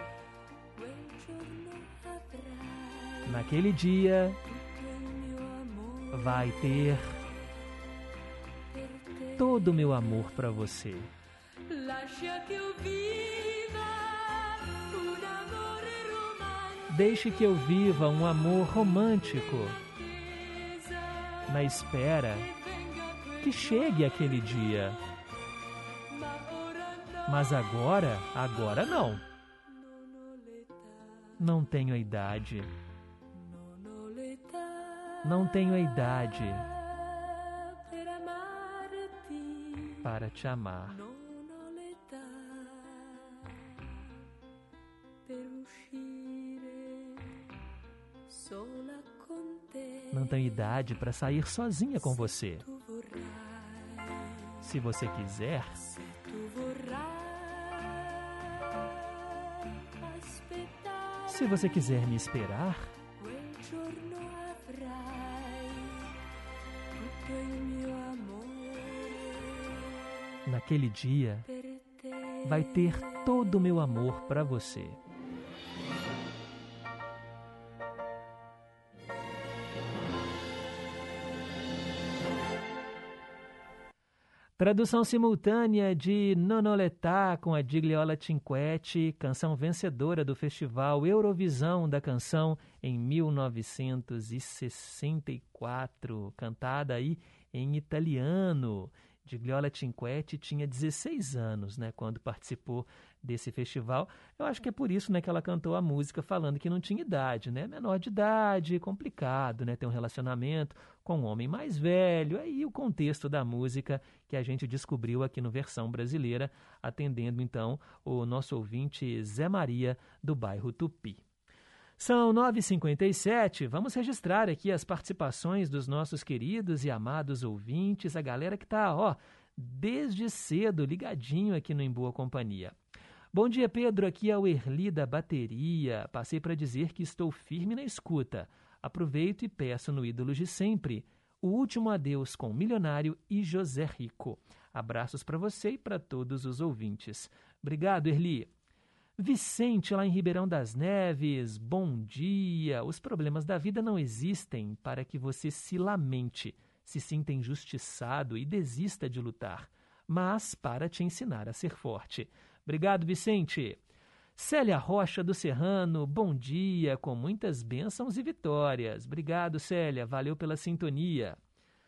naquele dia vai ter todo o meu amor para você. Deixe que eu viva um amor romântico na espera que chegue aquele dia. Mas agora, agora não. Não tenho a idade. Não tenho a idade para te amar. Não tenho idade para sair sozinha com você. Se você quiser, se você quiser me esperar, naquele dia vai ter todo o meu amor para você. Tradução simultânea de Nonoletà com a Gigliola Cinquetti, canção vencedora do Festival Eurovisão da Canção em mil novecentos e sessenta e quatro, cantada aí em italiano. Gigliola Cinquetti tinha dezesseis anos, né, quando participou desse festival. Eu acho que é por isso, né, que ela cantou a música falando que não tinha idade, né? Menor de idade, complicado, né, ter um relacionamento com um homem mais velho. Aí o contexto da música que a gente descobriu aqui no Versão Brasileira, atendendo então o nosso ouvinte Zé Maria do bairro Tupi. São nove e cinquenta e sete, vamos registrar aqui as participações dos nossos queridos e amados ouvintes, a galera que está, ó, desde cedo ligadinho aqui no Em Boa Companhia. Bom dia, Pedro, aqui é o Erli da Bateria. Passei para dizer que estou firme na escuta. Aproveito e peço no Ídolos de Sempre o último adeus com Milionário e José Rico. Abraços para você e para todos os ouvintes. Obrigado, Erli. Vicente, lá em Ribeirão das Neves, bom dia. Os problemas da vida não existem para que você se lamente, se sinta injustiçado e desista de lutar, mas para te ensinar a ser forte. Obrigado, Vicente. Célia Rocha do Serrano, bom dia, com muitas bênçãos e vitórias. Obrigado, Célia, valeu pela sintonia.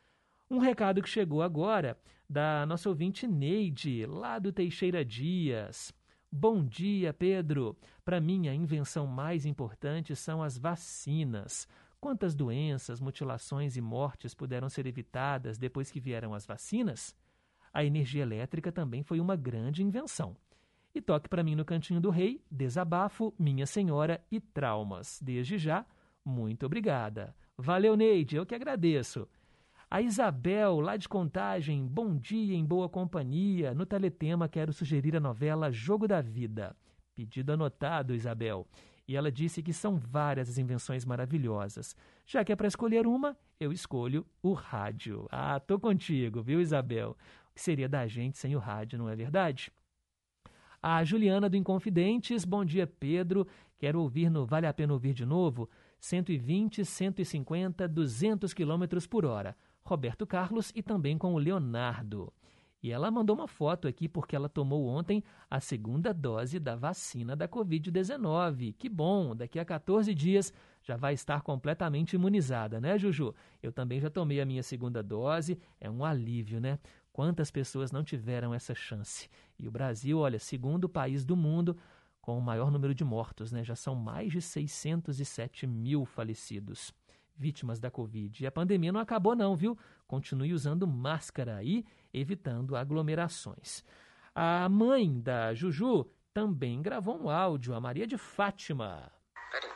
Um recado que chegou agora da nossa ouvinte Neide, lá do Teixeira Dias. Bom dia, Pedro. Para mim, a invenção mais importante são as vacinas. Quantas doenças, mutilações e mortes puderam ser evitadas depois que vieram as vacinas? A energia elétrica também foi uma grande invenção. E toque para mim no Cantinho do Rei, Desabafo, Minha Senhora e Traumas. Desde já, muito obrigada. Valeu, Neide, eu que agradeço. A Isabel, lá de Contagem, bom dia em boa companhia. No Teletema quero sugerir a novela Jogo da Vida. Pedido anotado, Isabel. E ela disse que são várias as invenções maravilhosas. Já que é para escolher uma, eu escolho o rádio. Ah, tô contigo, viu, Isabel? O que seria da gente sem o rádio, não é verdade? A Juliana do Inconfidentes, bom dia, Pedro. Quero ouvir no Vale a Pena Ouvir de Novo, cento e vinte, cento e cinquenta, duzentos quilômetros por hora. Roberto Carlos e também com o Leonardo. E ela mandou uma foto aqui porque ela tomou ontem a segunda dose da vacina da covid dezenove. Que bom, daqui a quatorze dias já vai estar completamente imunizada, né, Juju? Eu também já tomei a minha segunda dose, é um alívio, né? Quantas pessoas não tiveram essa chance? E o Brasil, olha, segundo país do mundo com o maior número de mortos, né? Já são mais de seiscentos e sete mil falecidos, vítimas da Covid. E a pandemia não acabou não, viu? Continue usando máscara e evitando aglomerações. A mãe da Juju também gravou um áudio, a Maria de Fátima. Peraí.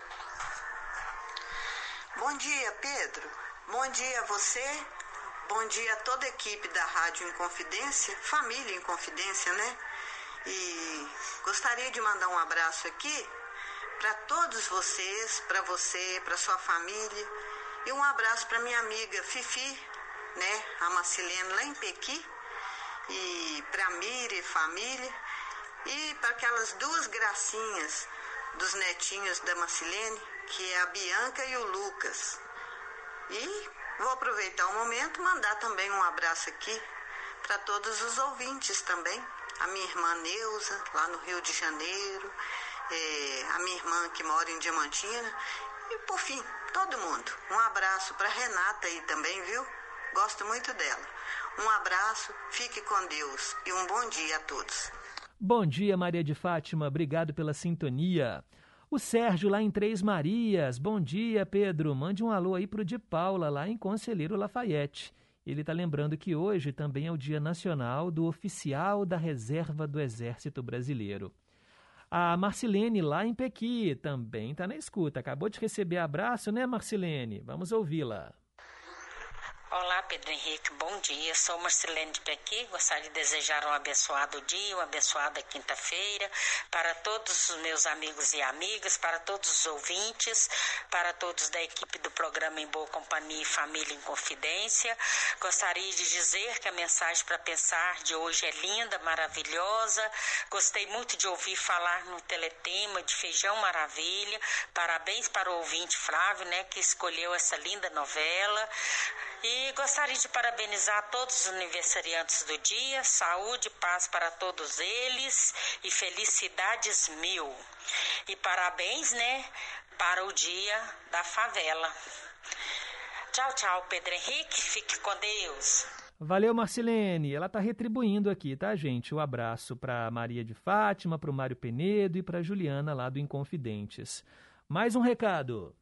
Bom dia, Pedro. Bom dia a você. Bom dia a toda a equipe da Rádio Inconfidência, família Inconfidência, né? E gostaria de mandar um abraço aqui para todos vocês, para você, para sua família. E um abraço para minha amiga Fifi, né, a Marcilene lá em Pequi, e para Mira e família, e para aquelas duas gracinhas dos netinhos da Marcilene, que é a Bianca e o Lucas. E vou aproveitar o momento e mandar também um abraço aqui para todos os ouvintes também, a minha irmã Neuza, lá no Rio de Janeiro, é, a minha irmã que mora em Diamantina, e por fim, todo mundo. Um abraço para Renata aí também, viu? Gosto muito dela. Um abraço, fique com Deus e um bom dia a todos. Bom dia, Maria de Fátima. Obrigado pela sintonia. O Sérgio lá em Três Marias. Bom dia, Pedro. Mande um alô aí pro de Paula, lá em Conselheiro Lafayette. Ele está lembrando que hoje também é o Dia Nacional do Oficial da Reserva do Exército Brasileiro. A Marcilene, lá em Pequi, também está na escuta. Acabou de receber abraço, né, Marcilene? Vamos ouvi-la. Olá, Pedro Henrique, bom dia. Sou Marcilene de Pequi. Gostaria de desejar um abençoado dia, uma abençoada quinta-feira para todos os meus amigos e amigas, para todos os ouvintes, para todos da equipe do programa Em Boa Companhia e Família em Confidência. Gostaria de dizer que a mensagem para pensar de hoje é linda, maravilhosa. Gostei muito de ouvir falar no Teletema de Feijão Maravilha. Parabéns para o ouvinte Flávio, né, que escolheu essa linda novela. E gostaria de parabenizar todos os aniversariantes do dia, saúde e paz para todos eles e felicidades mil. E parabéns, né, para o dia da favela. Tchau, tchau, Pedro Henrique, fique com Deus. Valeu, Marcilene. Ela está retribuindo aqui, tá, gente? O abraço para Maria de Fátima, para o Mário Penedo e para Juliana lá do Inconfidentes. Mais um recado.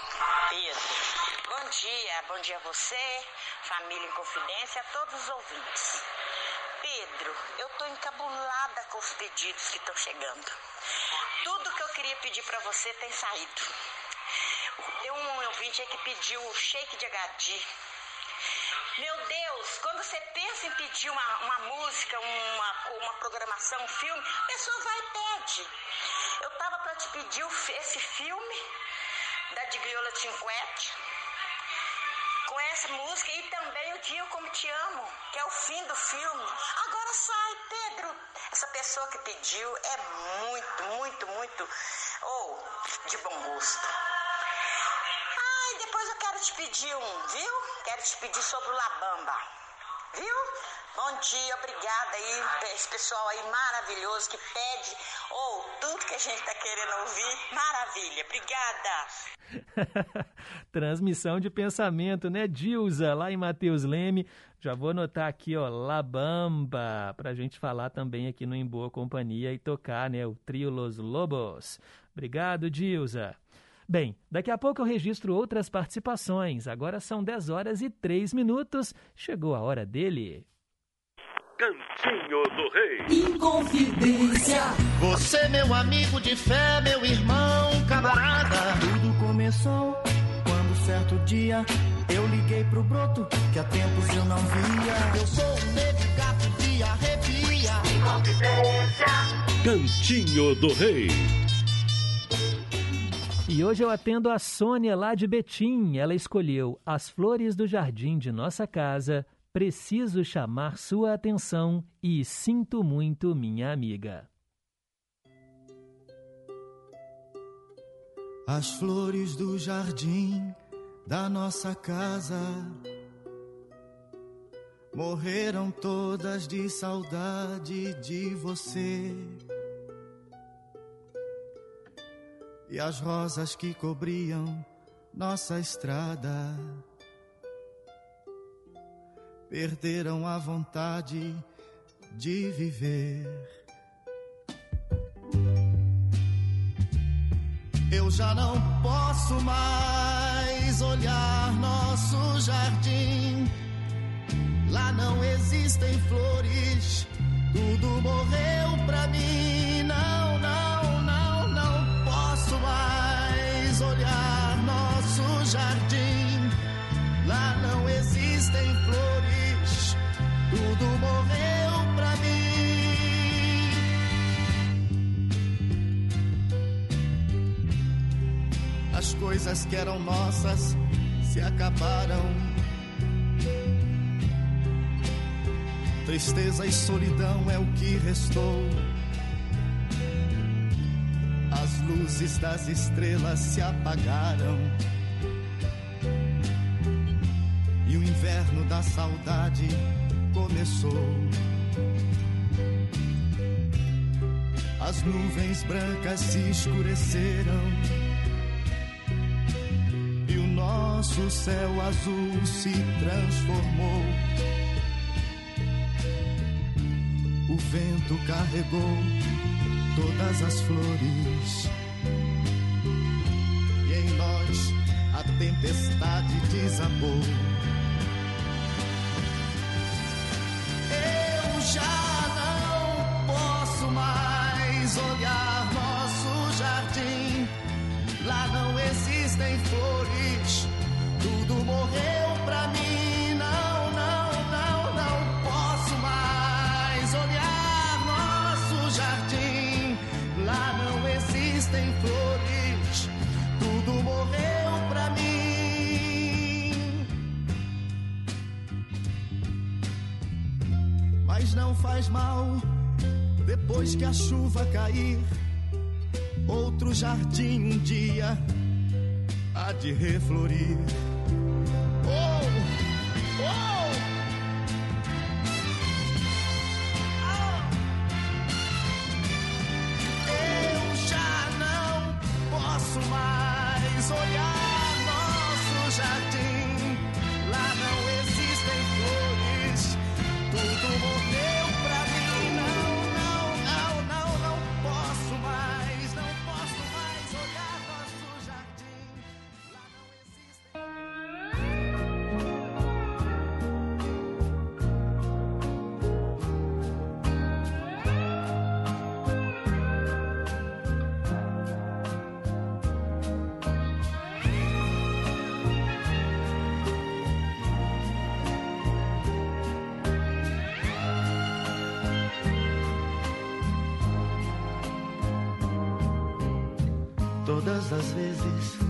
Bom dia, bom dia a você, família em Confidência, a todos os ouvintes. Pedro, eu estou encabulada com os pedidos que estão chegando. Tudo que eu queria pedir para você tem saído. Tem um ouvinte aí que pediu o shake de H D. Meu Deus, quando você pensa em pedir uma, uma música, uma, uma programação, um filme, a pessoa vai e pede. Eu estava para te pedir o, esse filme da Digliola Cinquetti, com essa música, e também o Dia Como Te Amo, que é o fim do filme. Agora sai, Pedro. Essa pessoa que pediu é muito, muito, muito, ou oh, de bom gosto. Ah, e depois eu quero te pedir um, viu? Quero te pedir sobre o Labamba, viu? Bom dia, obrigada aí, esse pessoal aí maravilhoso que pede, ou oh, tudo que a gente tá querendo ouvir, maravilha, obrigada. Transmissão de pensamento, né, Dilza, lá em Mateus Leme. Já vou anotar aqui, ó, Labamba, pra gente falar também aqui no Em Boa Companhia e tocar, né, o trio Los Lobos. Obrigado, Dilza. Bem, daqui a pouco eu registro outras participações. Agora são dez horas e três minutos. Chegou a hora dele. Cantinho do Rei. Inconfidência. Você, meu amigo de fé, meu irmão, camarada. Tudo começou quando certo dia Eu liguei pro broto, que há tempos eu não via. Eu sou um negro gato de arrepia. Cantinho do Rei. E hoje eu atendo a Sônia lá de Betim. Ela escolheu As Flores do Jardim de Nossa Casa, Preciso Chamar Sua Atenção e Sinto Muito, Minha Amiga. As flores do jardim da nossa casa morreram todas de saudade de você. E as rosas que cobriam nossa estrada perderam a vontade de viver. Eu já não posso mais olhar nosso jardim. Lá não existem flores, tudo morreu pra mim. Não, não, não, não posso mais olhar nosso jardim. Lá não existem flores, tudo morreu pra mim. As coisas que eram nossas se acabaram. Tristeza e solidão é o que restou. As luzes das estrelas se apagaram. E o inverno da saudade começou. As nuvens brancas se escureceram. E o nosso céu azul se transformou. O vento carregou todas as flores. E em nós a tempestade desabou. Eu já não posso mais olhar nosso jardim. Lá não existem flores, tudo morreu pra mim. Não, não, não, não posso mais olhar nosso jardim. Lá não existem flores, tudo morreu pra mim. Mas não faz mal, depois que a chuva cair, outro jardim um dia há de reflorir. Oh, oh. Ah. Eu já não posso mais olhar nosso jardim. Lá não existem flores, tudo morreu pra mim. Não, não, não, não, não posso mais, não posso mais olhar nosso jardim. Lá não existem. Todas as vezes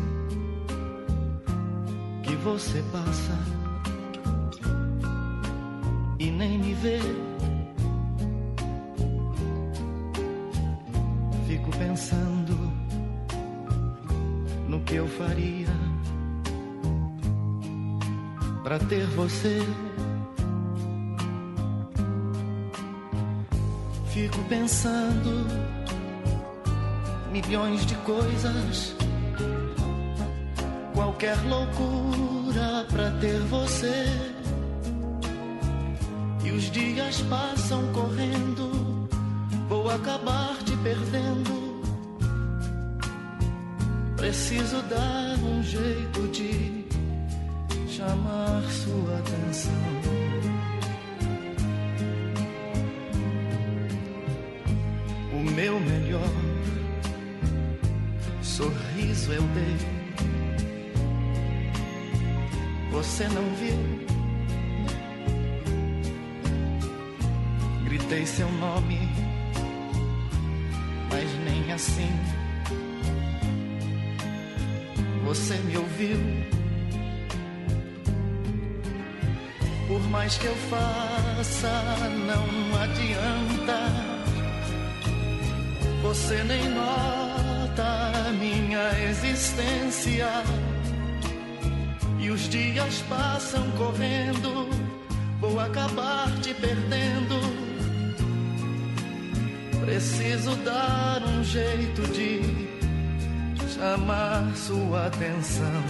que você passa e nem me vê, fico pensando no que eu faria pra ter você. Fico pensando milhões de coisas, qualquer loucura pra ter você. E os dias passam correndo, vou acabar te perdendo. Preciso dar um jeito de chamar sua atenção. O meu melhor sorriso eu dei, você não viu. Gritei seu nome, mas nem assim você me ouviu. Por mais que eu faça, não adianta. Você nem nota a minha existência. E os dias passam correndo, vou acabar te perdendo. Preciso dar um jeito de chamar sua atenção.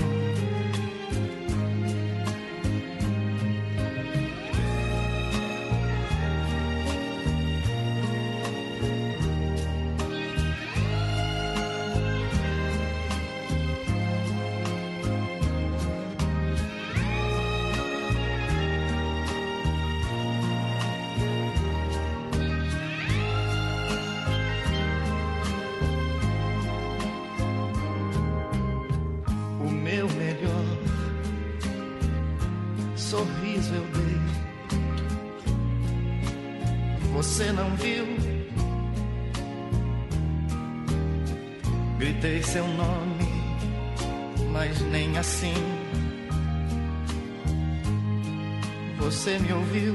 Sorriso eu dei, você não viu. Gritei seu nome, mas nem assim você me ouviu.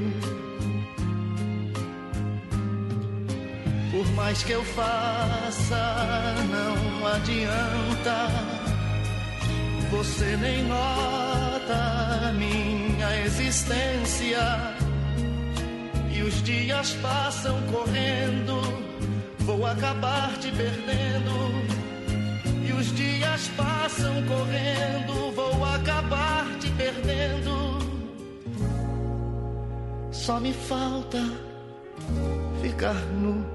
Por mais que eu faça, não adianta. Você nem nota a minha existência. E os dias passam correndo, vou acabar te perdendo. E os dias passam correndo, vou acabar te perdendo. Só me falta ficar nu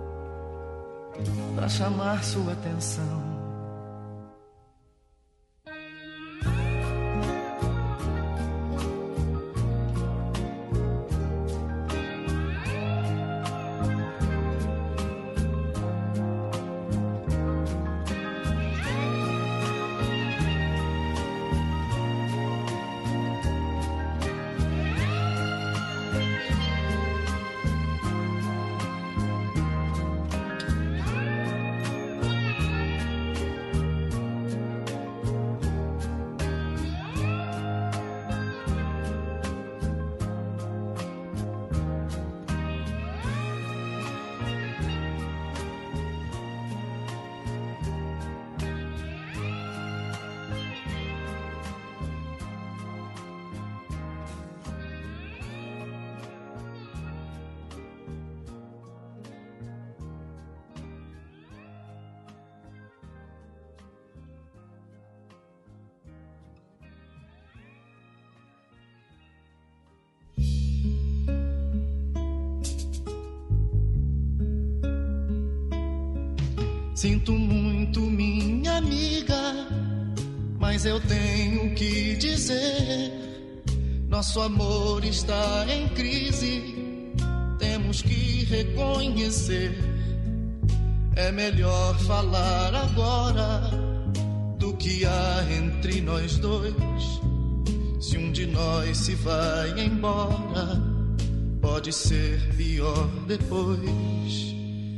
pra chamar sua atenção. Sinto muito, minha amiga, mas eu tenho que dizer: nosso amor está em crise, temos que reconhecer. É melhor falar agora do que há entre nós dois. Se um de nós se vai embora, pode ser pior depois.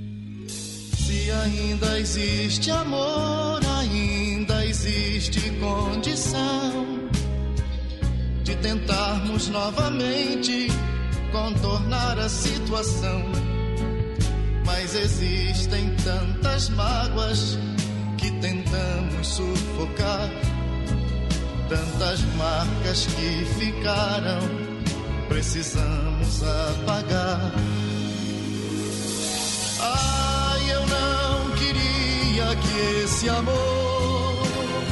Se ainda existe amor, ainda existe condição de tentarmos novamente contornar a situação. Mas existem tantas mágoas que tentamos sufocar, tantas marcas que ficaram, precisamos apagar. Ai, eu não queria que esse amor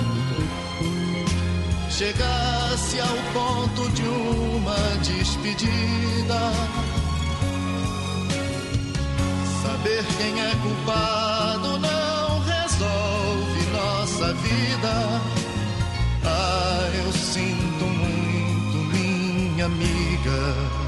chegasse ao ponto de uma despedida. Saber quem é culpado não resolve nossa vida. Ah, eu sinto muito, minha amiga.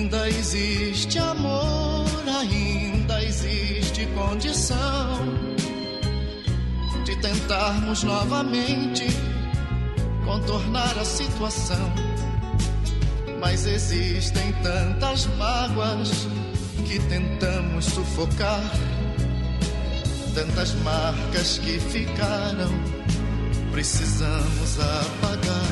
ainda existe amor, ainda existe condição de tentarmos novamente contornar a situação. Mas existem tantas mágoas que tentamos sufocar, tantas marcas que ficaram, precisamos apagar.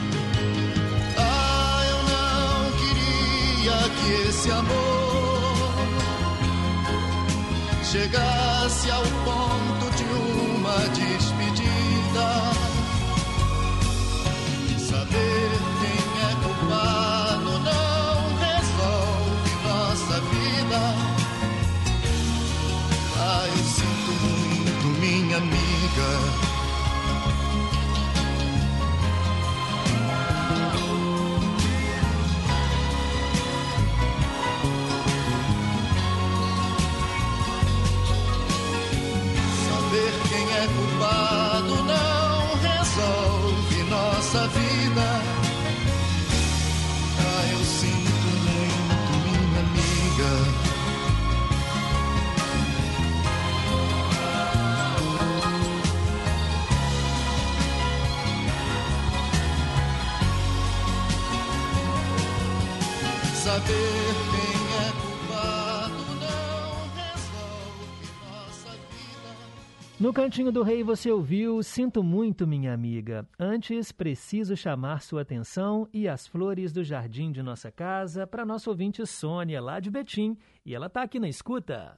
Ah, eu não queria que esse amor chegasse ao ponto de uma despedida. Saber quem é culpado não resolve nossa vida. Ah, eu sinto muito, minha amiga. Saber quem é culpado não resolve nossa vida. Ah, eu sinto muito, minha amiga. Saber quem é culpado não resolve nossa vida. No Cantinho do Rei você ouviu Sinto Muito, Minha Amiga. Antes, preciso chamar sua atenção e as flores do jardim de nossa casa para nossa ouvinte Sônia, lá de Betim. E ela está aqui na escuta.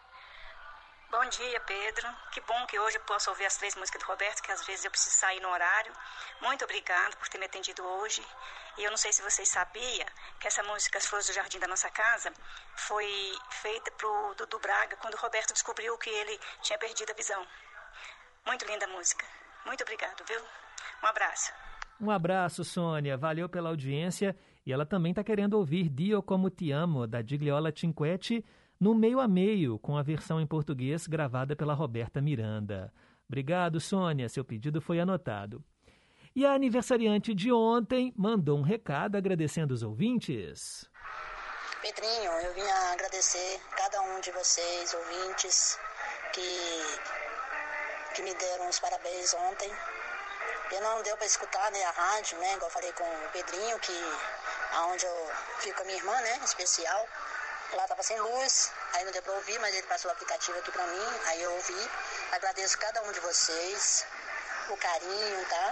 Bom dia, Pedro. Que bom que hoje eu posso ouvir as três músicas do Roberto, que às vezes eu preciso sair no horário. Muito obrigado por ter me atendido hoje. E eu não sei se vocês sabiam que essa música As Flores do Jardim da Nossa Casa foi feita pro Dudu Braga quando o Roberto descobriu que ele tinha perdido a visão. Muito linda a música. Muito obrigado, viu? Um abraço. Um abraço, Sônia. Valeu pela audiência. E ela também está querendo ouvir Dio Como Te Amo, da Gigliola Cinquetti, no meio a meio, com a versão em português gravada pela Roberta Miranda. Obrigado, Sônia. Seu pedido foi anotado. E a aniversariante de ontem mandou um recado agradecendo os ouvintes. Pedrinho, eu vim agradecer cada um de vocês, ouvintes, que, que me deram os parabéns ontem. Eu não deu para escutar, né, a rádio, né, igual eu falei com o Pedrinho, que aonde eu fico com a minha irmã, né, especial. Lá estava sem luz, aí não deu para ouvir, mas ele passou o aplicativo aqui para mim, aí eu ouvi. Agradeço cada um de vocês, o carinho, tá?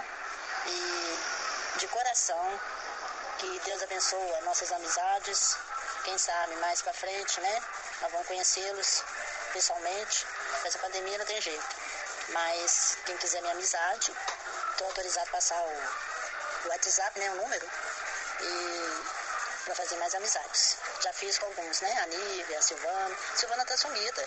E de coração, que Deus abençoe nossas amizades. Quem sabe mais para frente, né? Nós vamos conhecê-los pessoalmente. Essa pandemia não tem jeito. Mas quem quiser minha amizade, estou autorizado a passar o, o WhatsApp, né? O número. E para fazer mais amizades. Já fiz com alguns, né? A Nívia, a Silvana. A Silvana está sumida.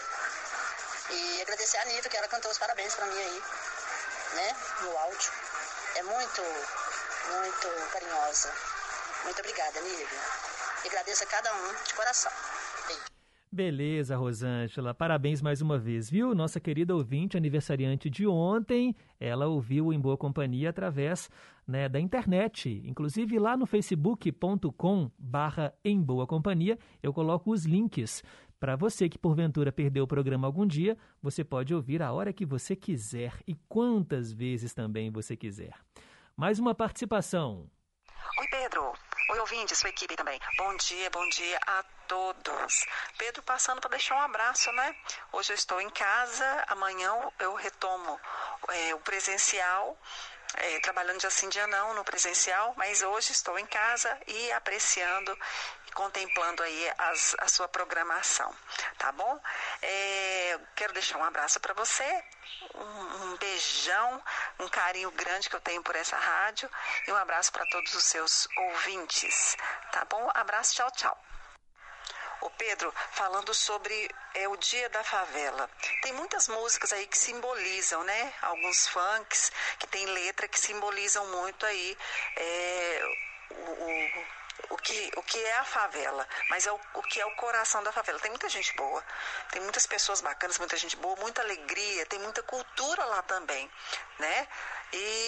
E agradecer a Nívia, que ela cantou os parabéns para mim aí, né? No áudio. É muito, muito carinhosa. Muito obrigada, Nívia. E agradeço a cada um de coração. Beijo. Beleza, Rosângela. Parabéns mais uma vez, viu? Nossa querida ouvinte, aniversariante de ontem, ela ouviu Em Boa Companhia através, né, da internet. Inclusive lá no facebook ponto com barra Em Boa Companhia, eu coloco os links para você que porventura perdeu o programa algum dia. Você pode ouvir a hora que você quiser e quantas vezes também você quiser. Mais uma participação. Oi, Pedro. Oi, ouvintes, sua equipe também. Bom dia, bom dia a todos. Pedro, passando para deixar um abraço, né? Hoje eu estou em casa, amanhã eu retomo é, o presencial, é, trabalhando dia sim, dia não no presencial, mas hoje estou em casa e apreciando e contemplando aí as, a sua programação, tá bom? É, quero deixar um abraço para você, um, um beijão, um carinho grande que eu tenho por essa rádio e um abraço para todos os seus ouvintes, tá bom? Abraço, tchau, tchau. Ô Pedro, falando sobre é, o Dia da Favela, tem muitas músicas aí que simbolizam, né? Alguns funks que tem letra que simbolizam muito aí é, o, o, o, que, o que é a favela, mas é o, o que é o coração da favela. Tem muita gente boa, tem muitas pessoas bacanas, muita gente boa, muita alegria, tem muita cultura lá também, né? E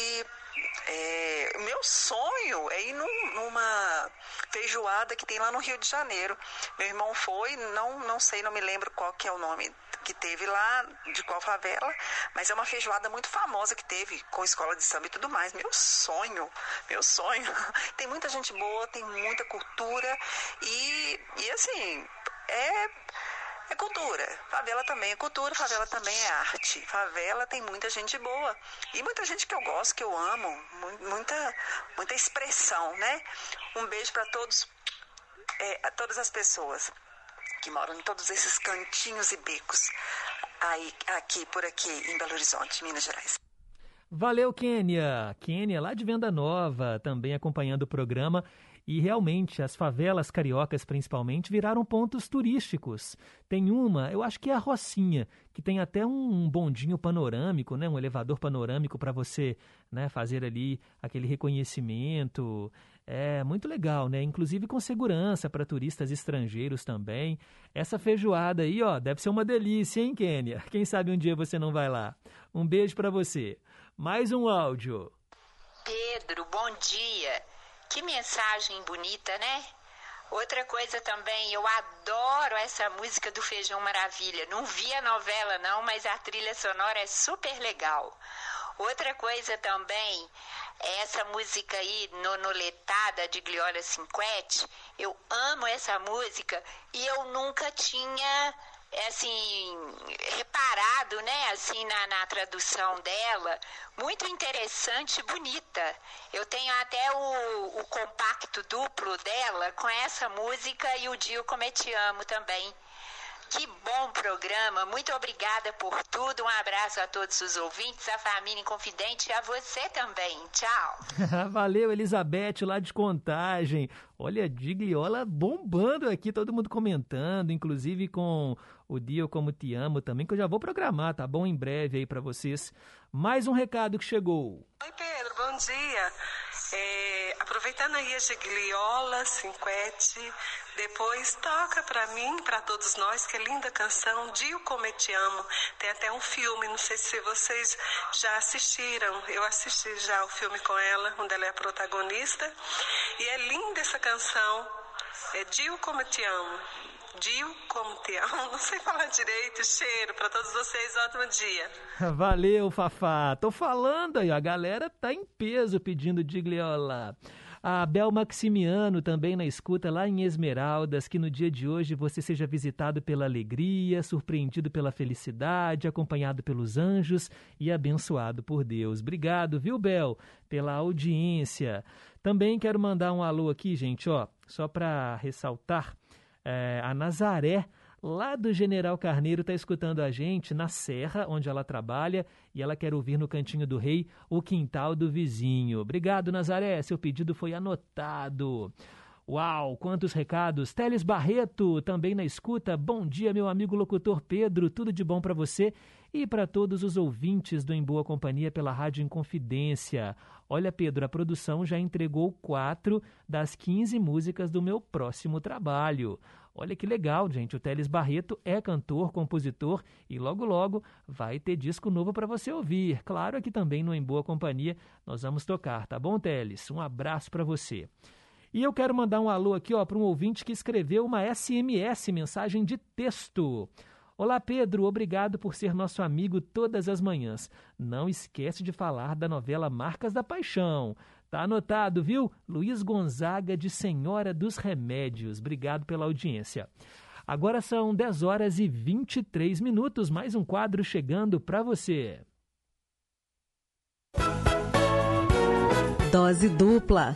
É, meu sonho é ir num, numa feijoada que tem lá no Rio de Janeiro. Meu irmão foi, não, não sei, não me lembro qual que é o nome que teve lá, de qual favela, mas é uma feijoada muito famosa que teve, com escola de samba e tudo mais. Meu sonho, meu sonho. Tem muita gente boa, tem muita cultura e, e assim, é... É cultura, favela também é cultura, favela também é arte. Favela tem muita gente boa e muita gente que eu gosto, que eu amo, muita, muita expressão, né? Um beijo para todos, é, a todas as pessoas que moram em todos esses cantinhos e becos aí, aqui, por aqui, em Belo Horizonte, Minas Gerais. Valeu, Kênia! Kênia, lá de Venda Nova, também acompanhando o programa. E realmente, as favelas cariocas, principalmente, viraram pontos turísticos. Tem uma, eu acho que é a Rocinha, que tem até um bondinho panorâmico, né? Um elevador panorâmico para você, né, fazer ali aquele reconhecimento. É muito legal, né? Inclusive com segurança para turistas estrangeiros também. Essa feijoada aí, ó, deve ser uma delícia, hein, Kênia? Quem sabe um dia você não vai lá. Um beijo para você. Mais um áudio. Pedro, bom dia. Que mensagem bonita, né? Outra coisa também, eu adoro essa música do Feijão Maravilha. Não vi a novela não, mas a trilha sonora é super legal. Outra coisa também, é essa música aí, Nonoletada, de Gliola Cinquete. Eu amo essa música e eu nunca tinha... É assim, reparado, né, assim, na, na tradução dela, muito interessante e bonita. Eu tenho até o, o compacto duplo dela com essa música e o Dio Como Eu Te Amo também. Que bom programa, muito obrigada por tudo, um abraço a todos os ouvintes, a família Inconfidente e a você também, tchau. Valeu, Elizabeth, lá de Contagem. Olha, Digliola bombando aqui, todo mundo comentando, inclusive com o Dio Como Te Amo também, que eu já vou programar, tá bom? Em breve aí pra vocês. Mais um recado que chegou. Oi, Pedro, bom dia. É, aproveitando aí a Gigliola Cinquete, depois toca pra mim, pra todos nós, que é linda canção, Dio Como Eu Te Amo. Tem até um filme, não sei se vocês já assistiram. Eu assisti já o filme com ela, onde ela é a protagonista. E é linda essa canção, é Dio Como Eu Te Amo. Dio Como Te Amo, não sei falar direito. Cheiro pra todos vocês, ótimo dia. Valeu, Fafá. Tô falando aí, a galera tá em peso pedindo Digliola. A Bel Maximiano também na escuta lá em Esmeraldas, que no dia de hoje você seja visitado pela alegria, surpreendido pela felicidade, acompanhado pelos anjos e abençoado por Deus. Obrigado, viu, Bel, pela audiência. Também quero mandar um alô aqui, gente, ó, só para ressaltar, é, a Nazaré, lá do General Carneiro, está escutando a gente na Serra, onde ela trabalha, e ela quer ouvir no Cantinho do Rei o Quintal do Vizinho. Obrigado, Nazaré, seu pedido foi anotado. Uau, quantos recados. Teles Barreto, também na escuta. Bom dia, meu amigo locutor Pedro, tudo de bom para você e para todos os ouvintes do Em Boa Companhia pela Rádio Inconfidência. Olha, Pedro, a produção já entregou quatro das quinze músicas do meu próximo trabalho. Olha que legal, gente. O Teles Barreto é cantor, compositor e logo, logo vai ter disco novo para você ouvir. Claro, aqui também no Em Boa Companhia nós vamos tocar, tá bom, Teles? Um abraço para você. E eu quero mandar um alô aqui para um ouvinte que escreveu uma S M S, mensagem de texto. Olá, Pedro, obrigado por ser nosso amigo todas as manhãs. Não esquece de falar da novela Marcas da Paixão. Tá anotado, viu? Luiz Gonzaga, de Senhora dos Remédios. Obrigado pela audiência. Agora são dez horas e vinte e três minutos, mais um quadro chegando para você. Dose dupla.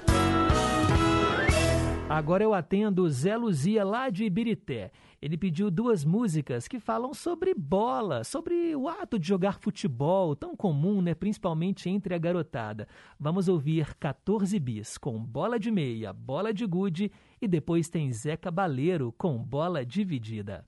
Agora eu atendo Zé Luzia, lá de Ibirité. Ele pediu duas músicas que falam sobre bola, sobre o ato de jogar futebol, tão comum, né, principalmente entre a garotada. Vamos ouvir quatorze bis com Bola de Meia, Bola de Gude e depois tem Zé Cabaleiro com Bola Dividida.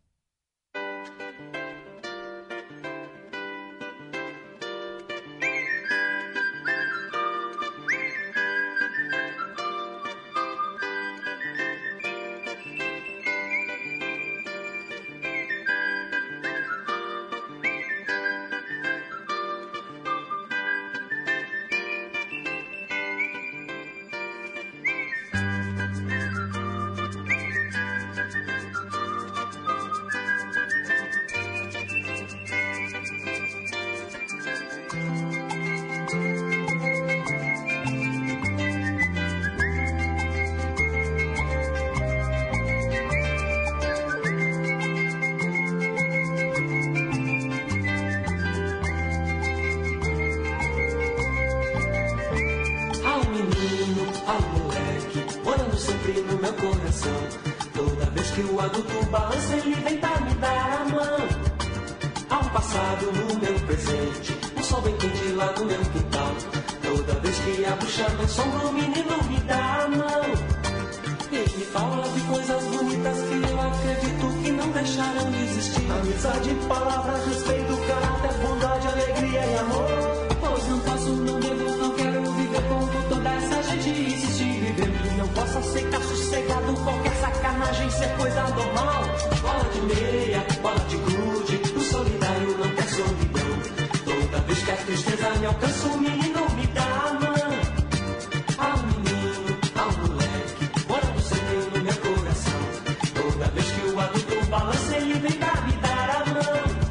que o adulto balança, ele vem pra me dar a mão. Há um passado no meu presente, um sol bem quente lá no meu quintal. Toda vez que abro chama sombra, o menino me dá a mão. Ele me fala de coisas bonitas que eu acredito que não deixaram de existir. Amizade, palavras, respeito, caráter, bondade, alegria e amor. Pois não posso, não devo, não quero viver como toda essa gente insiste em viver. Não posso aceitar sossegado qualquer sacanagem ser coisa normal. Bola de meia, bola de gude, o solidário não quer solidão. Toda vez que a tristeza me alcança, o menino me dá a mão. Ao menino, ao moleque, morando sempre no meu coração. Toda vez que o adulto balança, ele vem pra me dar a mão.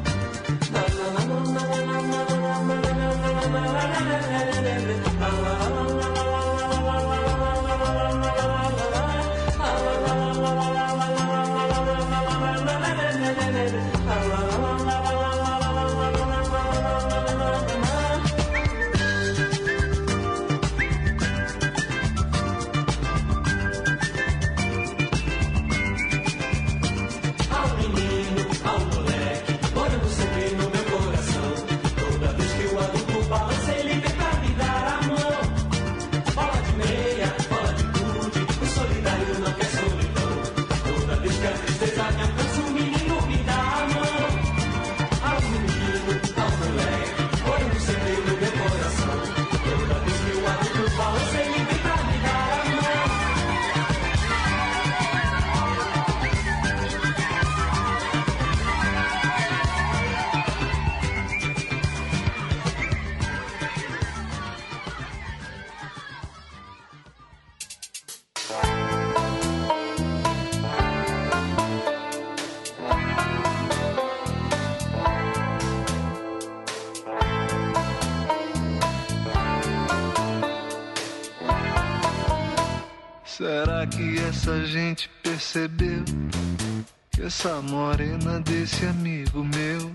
Será que essa gente percebeu que essa morena desse amigo meu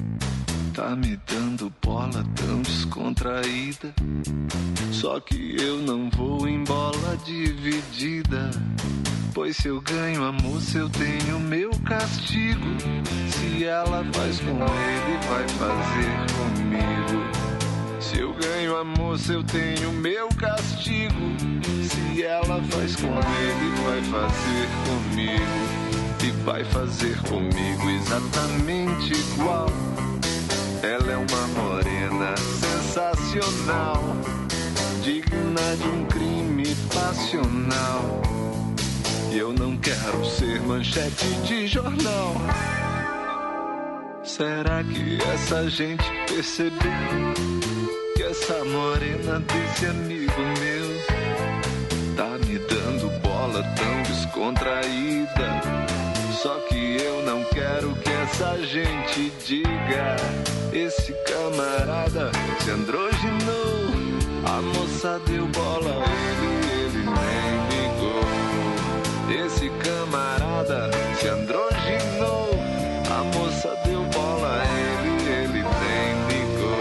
tá me dando bola tão descontraída? Só que eu não vou em bola dividida, pois se eu ganho a moça eu tenho meu castigo. Se ela faz com ele, vai fazer comigo. Se eu ganho a moça eu tenho meu castigo. Se ela faz com ele, vai fazer comigo. E vai fazer comigo exatamente igual. Ela é uma morena sensacional, digna de um crime passional. E eu não quero ser manchete de jornal. Será que essa gente percebeu que essa morena desse amigo meu tá me dando bola tão descontraída? Só que eu não quero que essa gente diga: esse camarada se androginou, a moça deu bola a ele, ele nem ligou. Esse camarada se androginou, a moça deu bola a ele, ele nem ligou.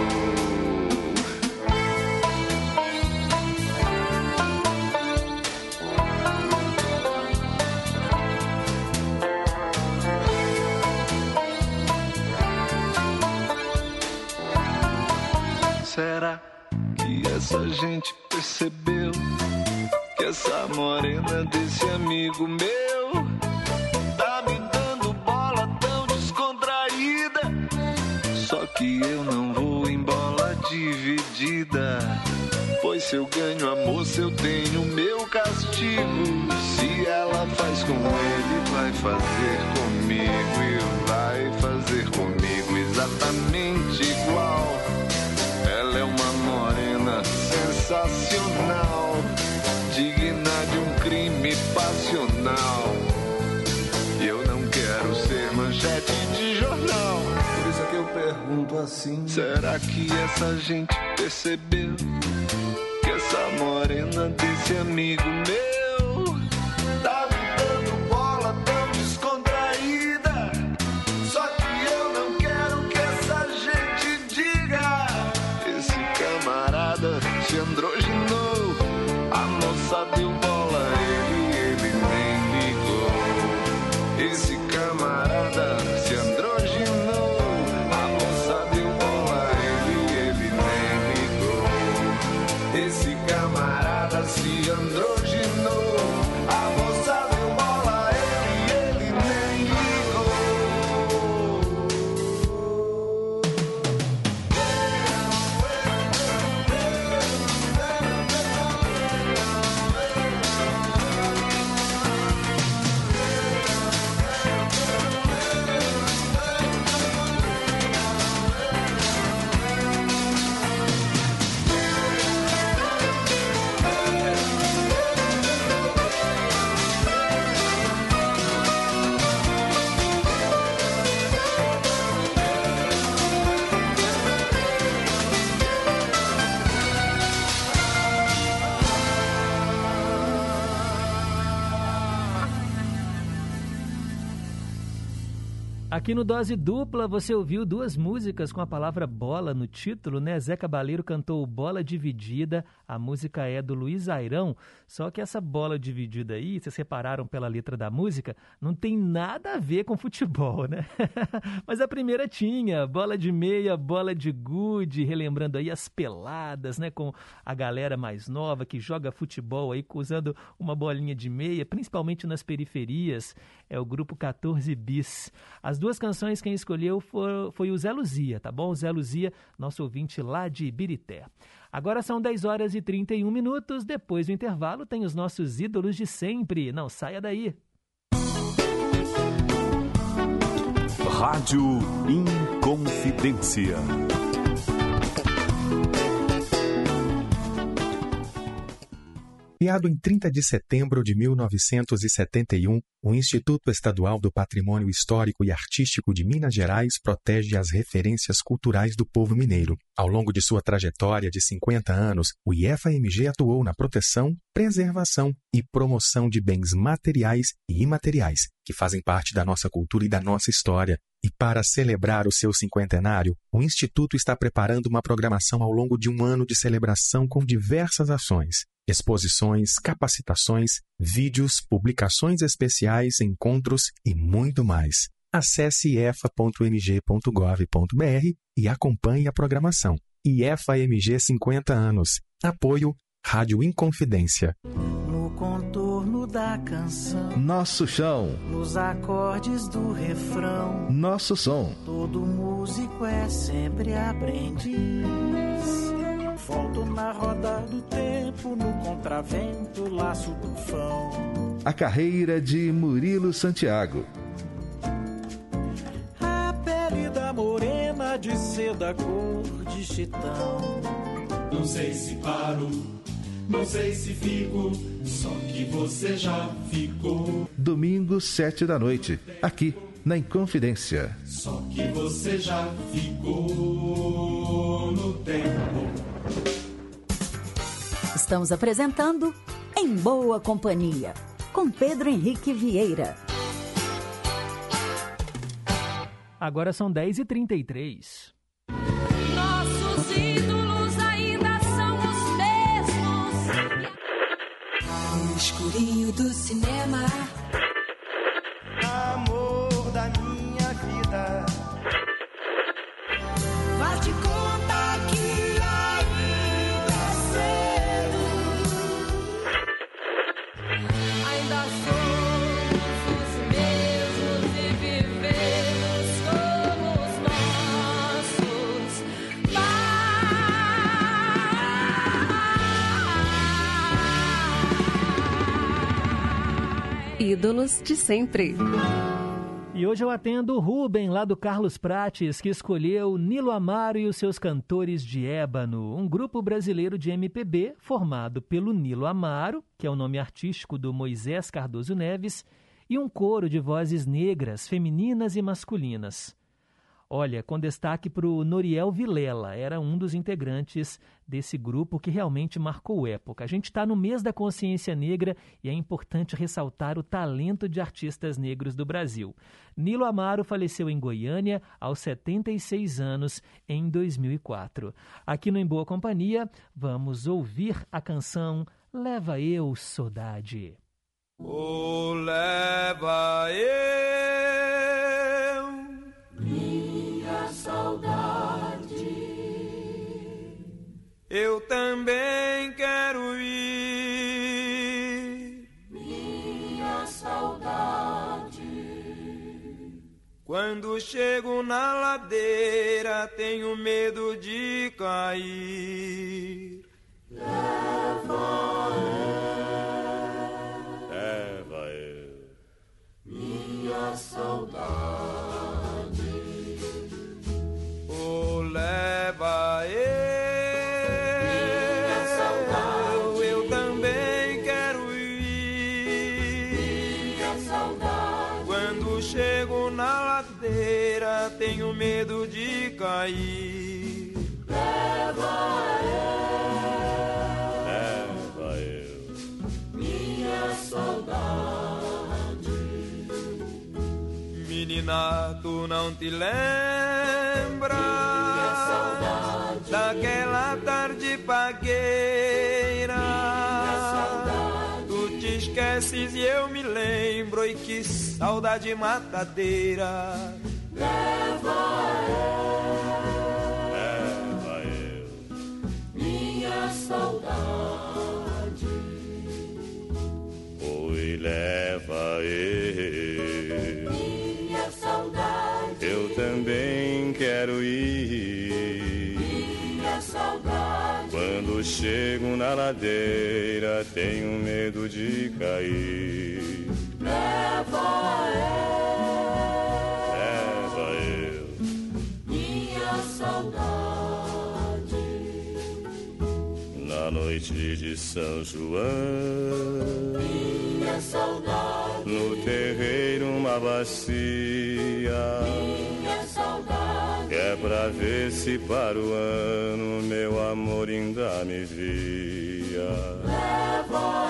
Será que essa gente percebeu que essa morena desse amigo meu tá me dando bola tão descontraída? Só que eu não vou em bola dividida, pois se eu ganho a moça eu tenho meu castigo. Se ela faz com ele, vai fazer comigo. E vai fazer comigo exatamente igual. Ela é uma morena sensacional, digna de um crime passional. E eu não quero ser manchete de jornal. Por isso é que eu pergunto assim: será que essa gente percebeu que essa morena desse amigo meu tá me dando bola tão descontraída? Só que eu não quero que essa gente diga: esse camarada se androginou, a moça deu bola a ele, ele nem ligou. Aqui no Dose Dupla você ouviu duas músicas com a palavra bola no título, né? Zé Cabaleiro cantou Bola Dividida, a música é do Luiz Airão, só que essa bola dividida aí, vocês repararam pela letra da música, não tem nada a ver com futebol, né? Mas a primeira tinha, bola de meia, bola de gude, relembrando aí as peladas, né? Com a galera mais nova que joga futebol aí usando uma bolinha de meia, principalmente nas periferias, é o grupo quatorze bis. As duas canções quem escolheu foi, foi o Zé Luzia, tá bom? O Zé Luzia, nosso ouvinte lá de Ibirité. Agora são dez horas e trinta e um minutos, depois do intervalo tem os nossos ídolos de sempre. Não saia daí. Rádio Inconfidência. Criado em trinta de setembro de mil novecentos e setenta e um, o Instituto Estadual do Patrimônio Histórico e Artístico de Minas Gerais protege as referências culturais do povo mineiro. Ao longo de sua trajetória de cinquenta anos, o I E F A M G atuou na proteção, preservação e promoção de bens materiais e imateriais, que fazem parte da nossa cultura e da nossa história. E para celebrar o seu cinquentenário, o Instituto está preparando uma programação ao longo de um ano de celebração com diversas ações. Exposições, capacitações, vídeos, publicações especiais, encontros e muito mais. Acesse i e f a ponto m g ponto gov ponto b r e acompanhe a programação. I E F A M G cinquenta anos. Apoio Rádio Inconfidência. No contorno da canção, Nosso chão, nos acordes do refrão, nosso som. Todo músico é sempre aprendiz. Volto na roda do tempo, no contravento, laço do fão. A carreira de Murilo Santiago. A pele da morena de seda cor de chitão. Não sei se paro, não sei se fico, só que você já ficou. Domingo, sete da noite, aqui na Inconfidência. Só que você já ficou no tempo. Estamos apresentando Em Boa Companhia, com Pedro Henrique Vieira. Agora são dez e trinta e três. Nossos ídolos ainda são os mesmos. No escurinho do cinema. Amor da minha vida. Faz de conta que ainda cedo. Ainda somos os mesmos e vivemos como os nossos pais. Ídolos de sempre. E hoje eu atendo o Rubem, lá do Carlos Prates, que escolheu Nilo Amaro e os seus Cantores de Ébano, um grupo brasileiro de M P B formado pelo Nilo Amaro, que é o nome artístico do Moisés Cardoso Neves, e um coro de vozes negras, femininas e masculinas. Olha, com destaque para o Noriel Vilela, era um dos integrantes desse grupo que realmente marcou época. A gente está no mês da consciência negra e é importante ressaltar o talento de artistas negros do Brasil. Nilo Amaro faleceu em Goiânia aos setenta e seis anos em dois mil e quatro. Aqui no Em Boa Companhia, vamos ouvir a canção Leva Eu Saudade. Oh, leva eu minha saudade. Eu também quero ir, minha saudade. Quando chego na ladeira, tenho medo de cair. Leva eu, leva eu, minha saudade. Oh, leva eu. Tenho medo de cair. Leva eu, leva eu, minha saudade, Menina, tu não te lembra daquela tarde pagueira? Tu te esqueces e eu me lembro, e que saudade matadeira. Leva eu, leva eu, minha saudade. Oi, leva eu, minha saudade. Eu também quero ir. Minha saudade. Quando chego na ladeira, tenho medo de cair. Leva eu, leva eu, minha saudade. Na noite de São João, minha saudade. No terreiro uma bacia, minha saudade. Que é pra ver se para o ano meu amor ainda me via. Leva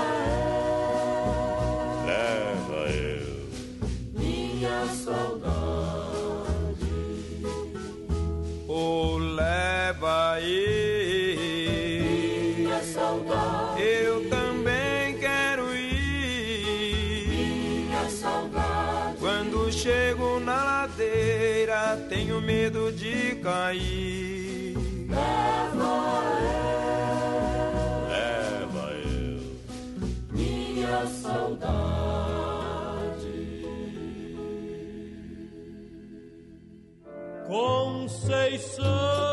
eu, leva eu, minha saudade. Oh, leva eu, minha saudade. Eu também quero ir. Minha saudade. Quando chego na ladeira, tenho medo de cair. Leva eu, leva eu, minha saudade. Conceição,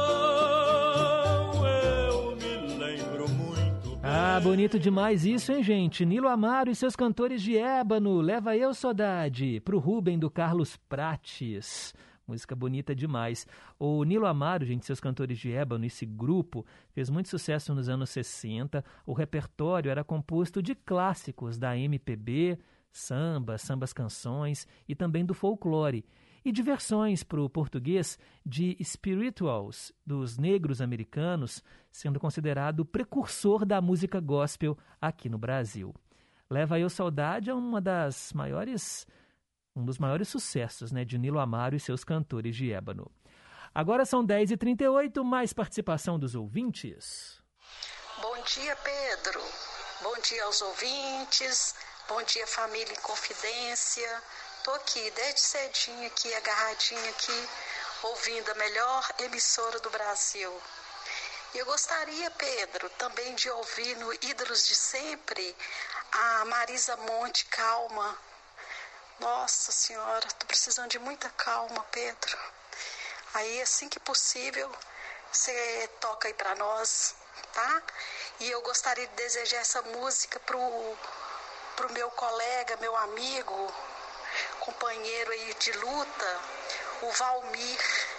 eu me lembro muito bem. Ah, bonito demais isso, hein, gente? Nilo Amaro e seus cantores de ébano, Leva Eu Saudade, pro Rubem do Carlos Prates. Música bonita demais. O Nilo Amaro, gente, seus cantores de ébano, esse grupo, fez muito sucesso nos anos sessenta. O repertório era composto de clássicos da M P B, samba, sambas canções e também do folclore. E de versões para o português de spirituals, dos negros americanos, sendo considerado o precursor da música gospel aqui no Brasil. Leva Eu Saudade é uma das maiores, um dos maiores sucessos, né, de Nilo Amaro e seus cantores de ébano. Agora são dez e trinta e oito, mais participação dos ouvintes. Bom dia, Pedro. Bom dia aos ouvintes. Bom dia, família em confidência. Tô aqui desde cedinho aqui, agarradinha aqui, ouvindo a melhor emissora do Brasil. E eu gostaria, Pedro, também de ouvir no Ídolos de Sempre, a Marisa Monte, Calma. Nossa Senhora, tô precisando de muita calma, Pedro. Aí, assim que possível, você toca aí pra nós, tá? E eu gostaria de desejar essa música pro, pro meu colega, meu amigo, companheiro aí de luta, o Valmir.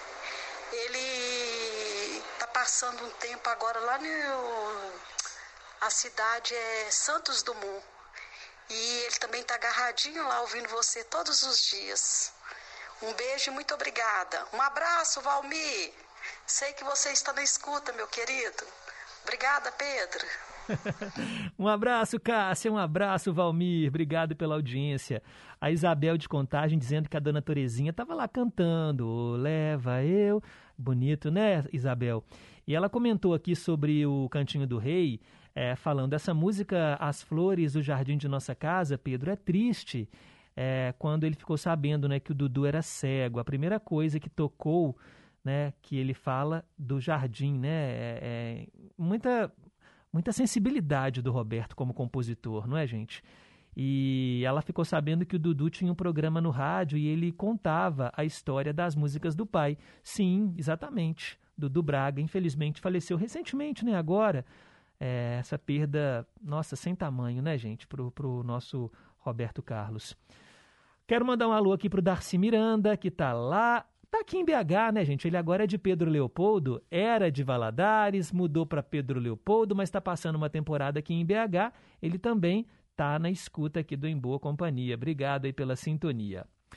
Ele tá passando um tempo agora lá no... A cidade é Santos Dumont. E ele também tá agarradinho lá ouvindo você todos os dias. Um beijo e muito obrigada. Um abraço, Valmir. Sei que você está na escuta, meu querido. Obrigada, Pedro. Um abraço, Cássia, um abraço, Valmir, obrigado pela audiência. A Isabel de Contagem dizendo que a dona Terezinha estava lá cantando, oh, leva eu, bonito, né, Isabel? E ela comentou aqui sobre o Cantinho do Rei, é, falando, essa música As Flores do Jardim de Nossa Casa, Pedro, é triste, é, quando ele ficou sabendo, né, que o Dudu era cego. A primeira coisa que tocou, né, que ele fala do jardim, né, é, é muita... Muita sensibilidade do Roberto como compositor, não é, gente? E ela ficou sabendo que o Dudu tinha um programa no rádio e ele contava a história das músicas do pai. Sim, exatamente. Dudu Braga, infelizmente, faleceu recentemente, né? Agora, é, essa perda, nossa, sem tamanho, né, gente? Pro, pro nosso Roberto Carlos. Quero mandar um alô aqui pro Darcy Miranda, que tá lá... Tá aqui em B H, né, gente? Ele agora é de Pedro Leopoldo, era de Valadares, mudou para Pedro Leopoldo, mas está passando uma temporada aqui em B H. Ele também tá na escuta aqui do Em Boa Companhia. Obrigado aí pela sintonia.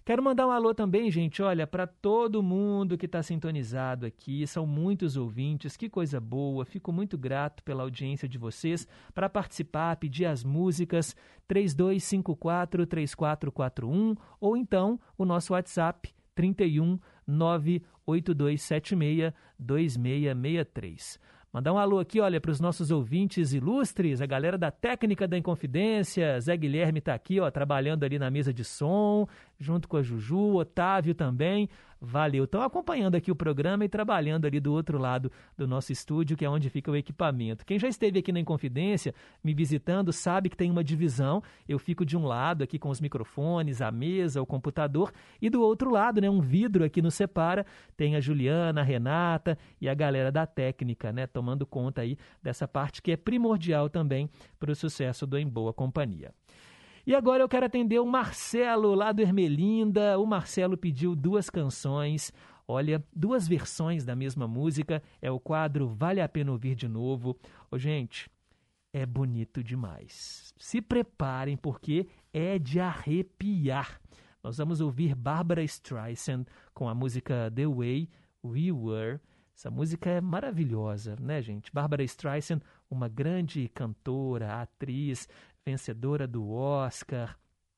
Quero mandar um alô também, gente, olha, para todo mundo que está sintonizado aqui, são muitos ouvintes, que coisa boa, fico muito grato pela audiência de vocês. Para participar, pedir as músicas, três dois cinco quatro, três quatro quatro um, ou então o nosso WhatsApp, trinta e um, nove oito dois sete seis, dois seis seis três. Mandar um alô aqui, olha, para os nossos ouvintes ilustres, a galera da técnica da Inconfidência. Zé Guilherme está aqui, ó, trabalhando ali na mesa de som, junto com a Juju, Otávio também. Valeu, estão acompanhando aqui o programa e trabalhando ali do outro lado do nosso estúdio, que é onde fica o equipamento. Quem já esteve aqui na Inconfidência, me visitando, sabe que tem uma divisão. Eu fico de um lado aqui com os microfones, a mesa, o computador, e do outro lado, né, um vidro aqui nos separa, tem a Juliana, a Renata e a galera da técnica, né, tomando conta aí dessa parte que é primordial também para o sucesso do Em Boa Companhia. E agora eu quero atender o Marcelo, lá do Ermelinda. O Marcelo pediu duas canções, olha, duas versões da mesma música. É o quadro Vale a Pena Ouvir de Novo. Ô, gente, é bonito demais. Se preparem, porque é de arrepiar. Nós vamos ouvir Barbra Streisand com a música The Way We Were. Essa música é maravilhosa, né, gente? Barbra Streisand, uma grande cantora, atriz, vencedora do Oscar.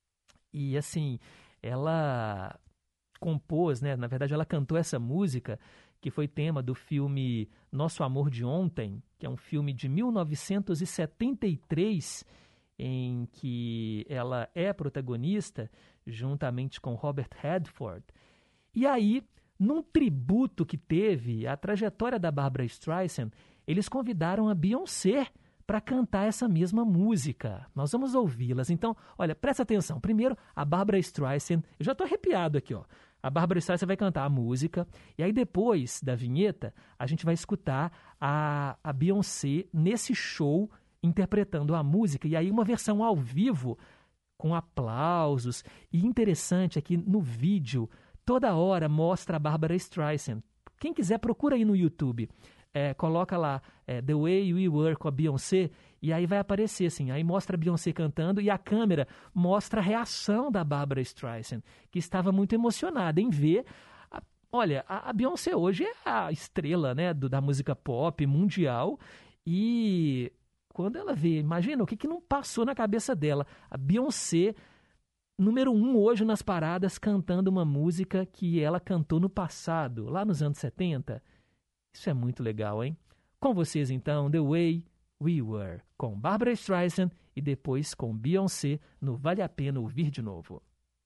E, assim, ela compôs, né? Na verdade, ela cantou essa música, que foi tema do filme Nosso Amor de Ontem, que é um filme de mil novecentos e setenta e três, em que ela é protagonista, juntamente com Robert Redford. E aí, num tributo que teve à trajetória da Barbra Streisand, eles convidaram a Beyoncé para cantar essa mesma música. Nós vamos ouvi-las. Então, olha, presta atenção. Primeiro, a Barbra Streisand. Eu já estou arrepiado aqui, ó. A Barbra Streisand vai cantar a música. E aí, depois da vinheta, a gente vai escutar a, a Beyoncé nesse show interpretando a música. E aí, uma versão ao vivo, com aplausos. E interessante aqui no vídeo, toda hora mostra a Barbra Streisand. Quem quiser, procura aí no YouTube. É, coloca lá é, The Way We Were com a Beyoncé, e aí vai aparecer assim, aí mostra a Beyoncé cantando e a câmera mostra a reação da Barbra Streisand, que estava muito emocionada em ver. A, olha, a, a Beyoncé hoje é a estrela, né, do, da música pop mundial, e quando ela vê, imagina o que, que não passou na cabeça dela, a Beyoncé, número um hoje nas paradas, cantando uma música que ela cantou no passado, lá nos anos setenta. Isso é muito legal, hein? Com vocês, então, The Way We Were, com Barbra Streisand e depois com Beyoncé no Vale a Pena Ouvir de Novo.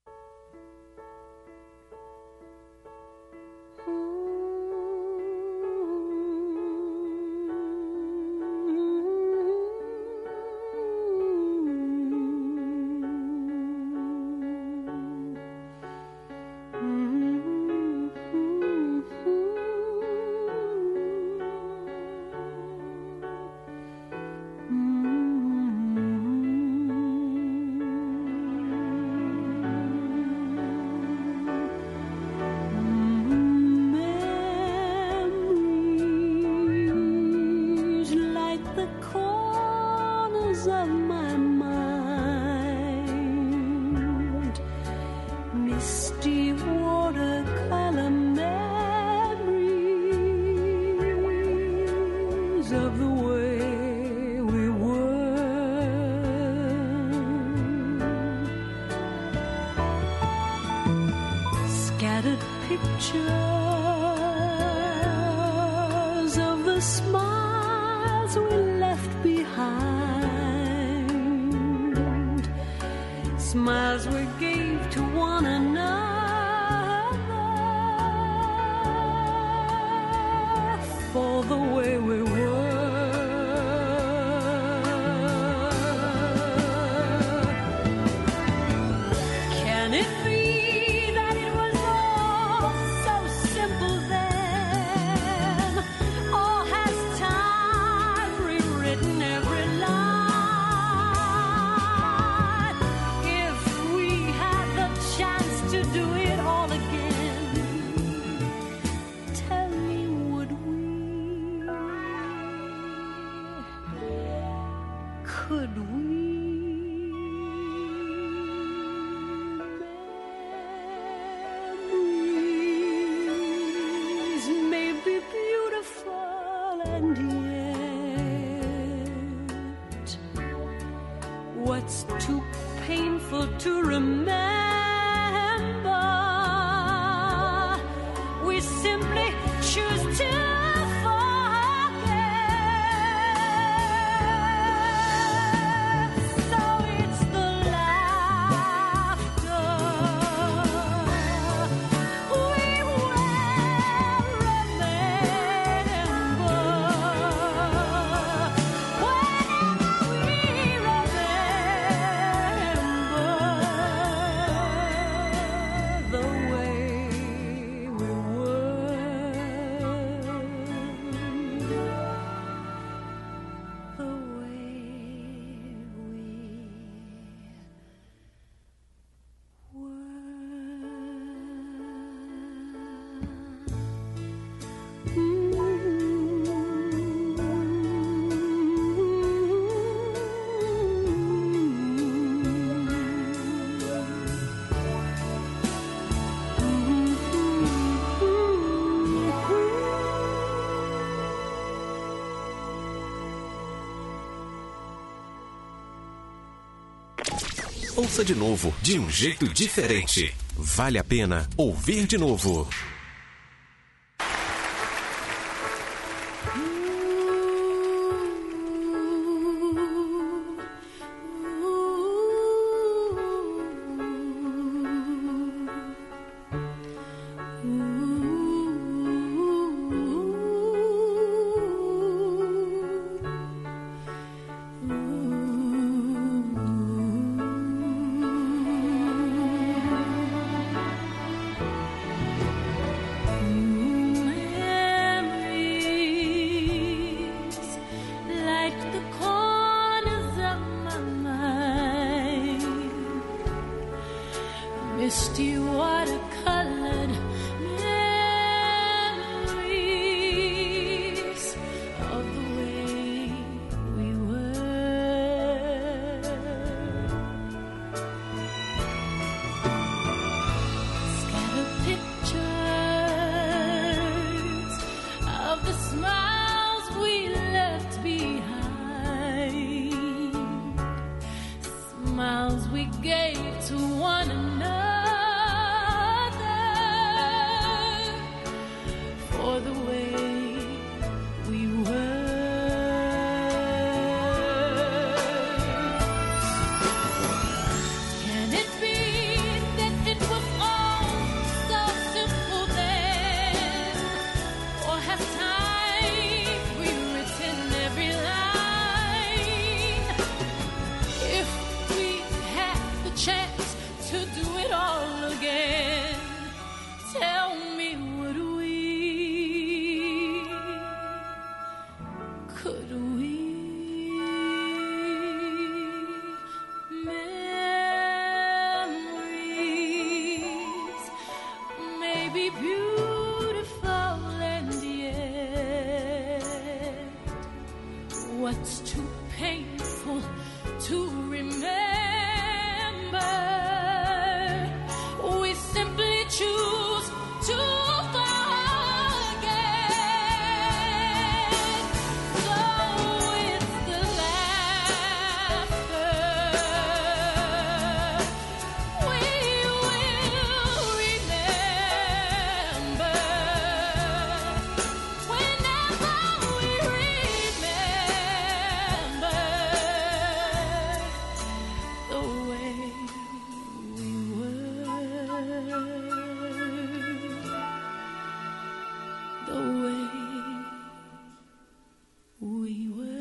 Smiles we gave to one another for the way we were. Can it be that it was all so simple then? Or has time rewritten every line? If we had the chance to do it all again, tell me, would we? Could we? and yet what's too painful to remember, we simply choose to Ouça de novo, de um jeito diferente. Vale a pena ouvir de novo. misty watercolored memories of the way we were. Scattered pictures of the smiles we left behind, smiles we gave to one another. For the way we were. Can it be that it was all so simple then? Or has time rewritten every line? If we had the chance to do it all again, tell me, would we? Could we? Memories may be beautiful and yet what's too painful to remember, we simply choose to forget. So it's the laughter we will remember. Whenever we remember the way we were, the way we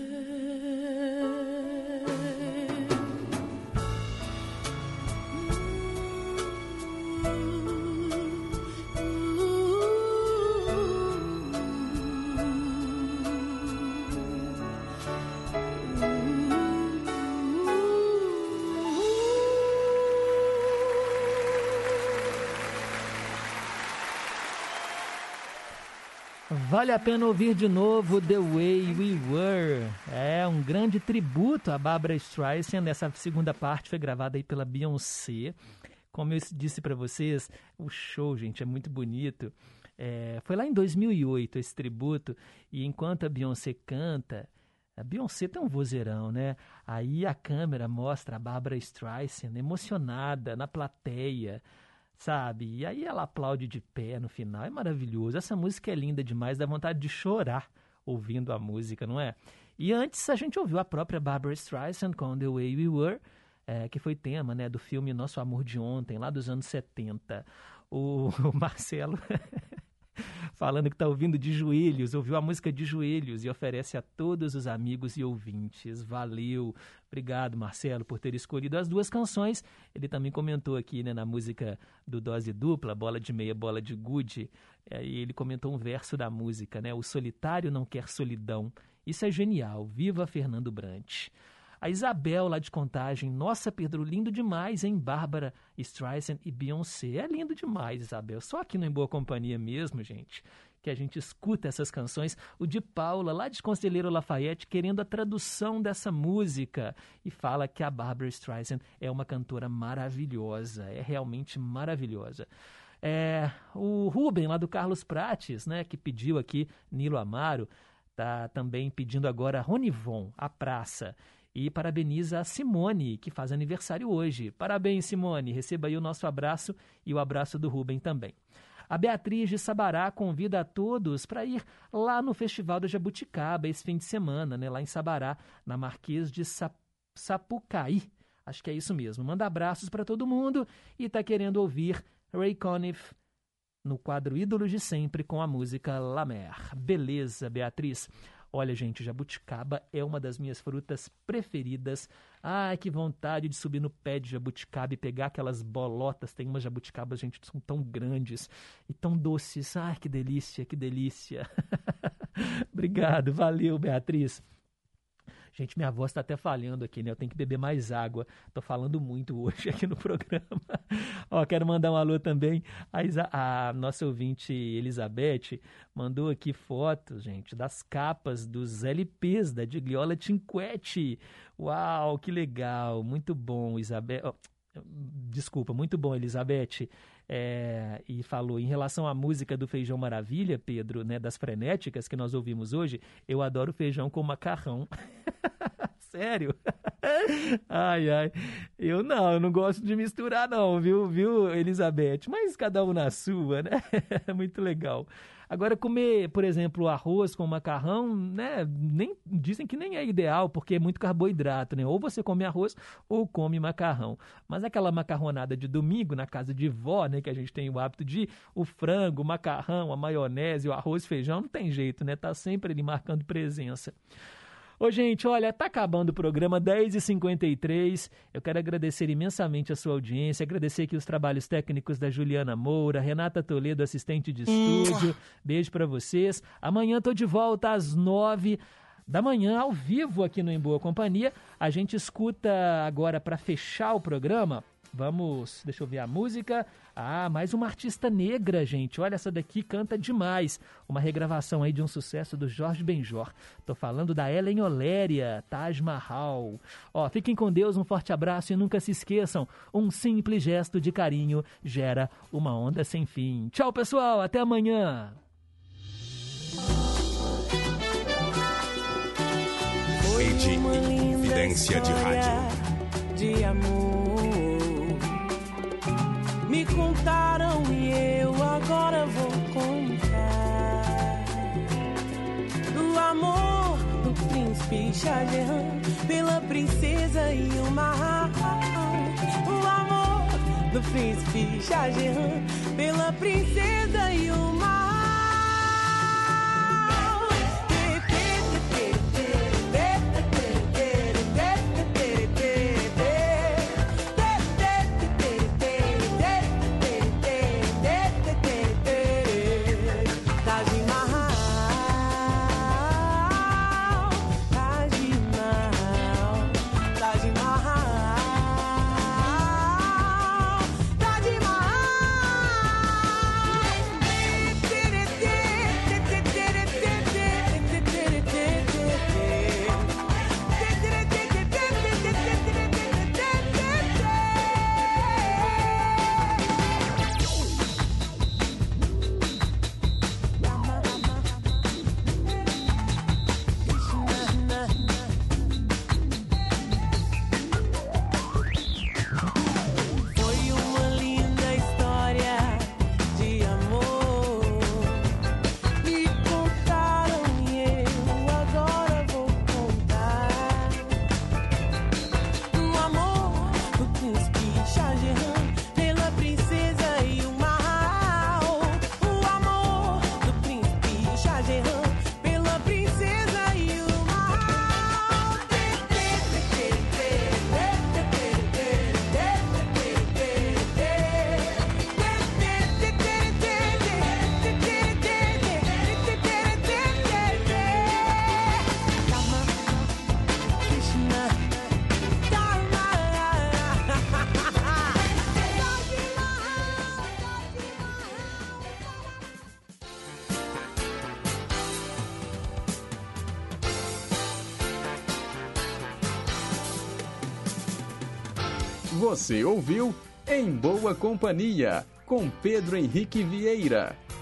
Vale a pena ouvir de novo The Way We Were. É um grande tributo a Barbra Streisand. Essa segunda parte foi gravada aí pela Beyoncé. Como eu disse para vocês, o show, gente, é muito bonito. É, foi lá em dois mil e oito esse tributo, e enquanto a Beyoncé canta, a Beyoncé tem um vozeirão, né? Aí a câmera mostra a Barbra Streisand emocionada na plateia, sabe? E aí ela aplaude de pé no final, é maravilhoso. Essa música é linda demais, dá vontade de chorar ouvindo a música, não é? E antes a gente ouviu a própria Barbra Streisand com The Way We Were, é, que foi tema, né, do filme Nosso Amor de Ontem, lá dos anos setenta. O, o Marcelo... falando que está ouvindo de joelhos, ouviu a música de joelhos e oferece a todos os amigos e ouvintes. Valeu. Obrigado, Marcelo, por ter escolhido as duas canções. Ele também comentou aqui, né, na música do Dose Dupla, Bola de Meia, Bola de Gude, e ele comentou um verso da música, né? O solitário não quer solidão. Isso é genial. Viva Fernando Brant. A Isabel, lá de Contagem. Nossa, Pedro, lindo demais, hein? Bárbara Streisand e Beyoncé. É lindo demais, Isabel. Só aqui no Em Boa Companhia mesmo, gente, que a gente escuta essas canções. O de Paula, lá de Conselheiro Lafayette, querendo a tradução dessa música. E fala que a Bárbara Streisand é uma cantora maravilhosa. É realmente maravilhosa. É, o Rubem, lá do Carlos Prates, né, que pediu aqui Nilo Amaro, tá também pedindo agora Ronivon, A Praça. E parabeniza a Simone, que faz aniversário hoje. Parabéns, Simone. Receba aí o nosso abraço e o abraço do Rubem também. A Beatriz de Sabará convida a todos para ir lá no Festival da Jabuticaba esse fim de semana, né? Lá em Sabará, na Marquês de Sapucaí. Acho que é isso mesmo. Manda abraços para todo mundo e está querendo ouvir Ray Conniff no quadro Ídolos de Sempre com a música La Mer. Beleza, Beatriz. Olha, gente, jabuticaba é uma das minhas frutas preferidas. Ai, que vontade de subir no pé de jabuticaba e pegar aquelas bolotas. Tem umas jabuticabas, gente, que são tão grandes e tão doces. Ai, que delícia, que delícia. Obrigado, valeu, Beatriz. Gente, minha voz está até falhando aqui, né? Eu tenho que beber mais água. Estou falando muito hoje aqui no programa. Ó, quero mandar um alô também. A, Isa, a nossa ouvinte Elizabeth mandou aqui fotos, gente, das capas dos L Ps da Gigliola Cinquetti. Uau, que legal. Muito bom, Isabel. Oh, desculpa, muito bom, Elizabeth. É, e falou, em relação à música do Feijão Maravilha, Pedro, né, das frenéticas que nós ouvimos hoje, eu adoro feijão com macarrão. Sério? Ai, ai. Eu não, eu não gosto de misturar não, viu, viu, Elizabeth? Mas cada um na sua, né? Muito legal. Agora, comer, por exemplo, arroz com macarrão, né, nem, dizem que nem é ideal, porque é muito carboidrato, né? Ou você come arroz ou come macarrão. Mas aquela macarronada de domingo na casa de vó, né, que a gente tem o hábito de o frango, o macarrão, a maionese, o arroz, feijão, não tem jeito, né? Tá sempre ali marcando presença. Ô, gente, olha, tá acabando o programa, dez e cinquenta e três. Eu quero agradecer imensamente a sua audiência, agradecer aqui os trabalhos técnicos da Juliana Moura, Renata Toledo, assistente de estúdio. Beijo pra vocês. Amanhã tô de volta às nove da manhã, ao vivo aqui no Em Boa Companhia. A gente escuta agora, para fechar o programa, vamos, deixa eu ver a música. Ah, mais uma artista negra, gente. Olha, essa daqui canta demais. Uma regravação aí de um sucesso do Jorge Benjor. Tô falando da Ellen Oléria, Taj Mahal. Ó, fiquem com Deus, um forte abraço e nunca se esqueçam, um simples gesto de carinho gera uma onda sem fim. Tchau, pessoal, até amanhã. Rede Inconfidência de Rádio. De amor. Me contaram e eu agora vou contar do amor do príncipe Shah Jahan pela princesa Yilmaz. O amor do príncipe Shah Jahan pela princesa Yilmaz. Você ouviu Em Boa Companhia, com Pedro Henrique Vieira.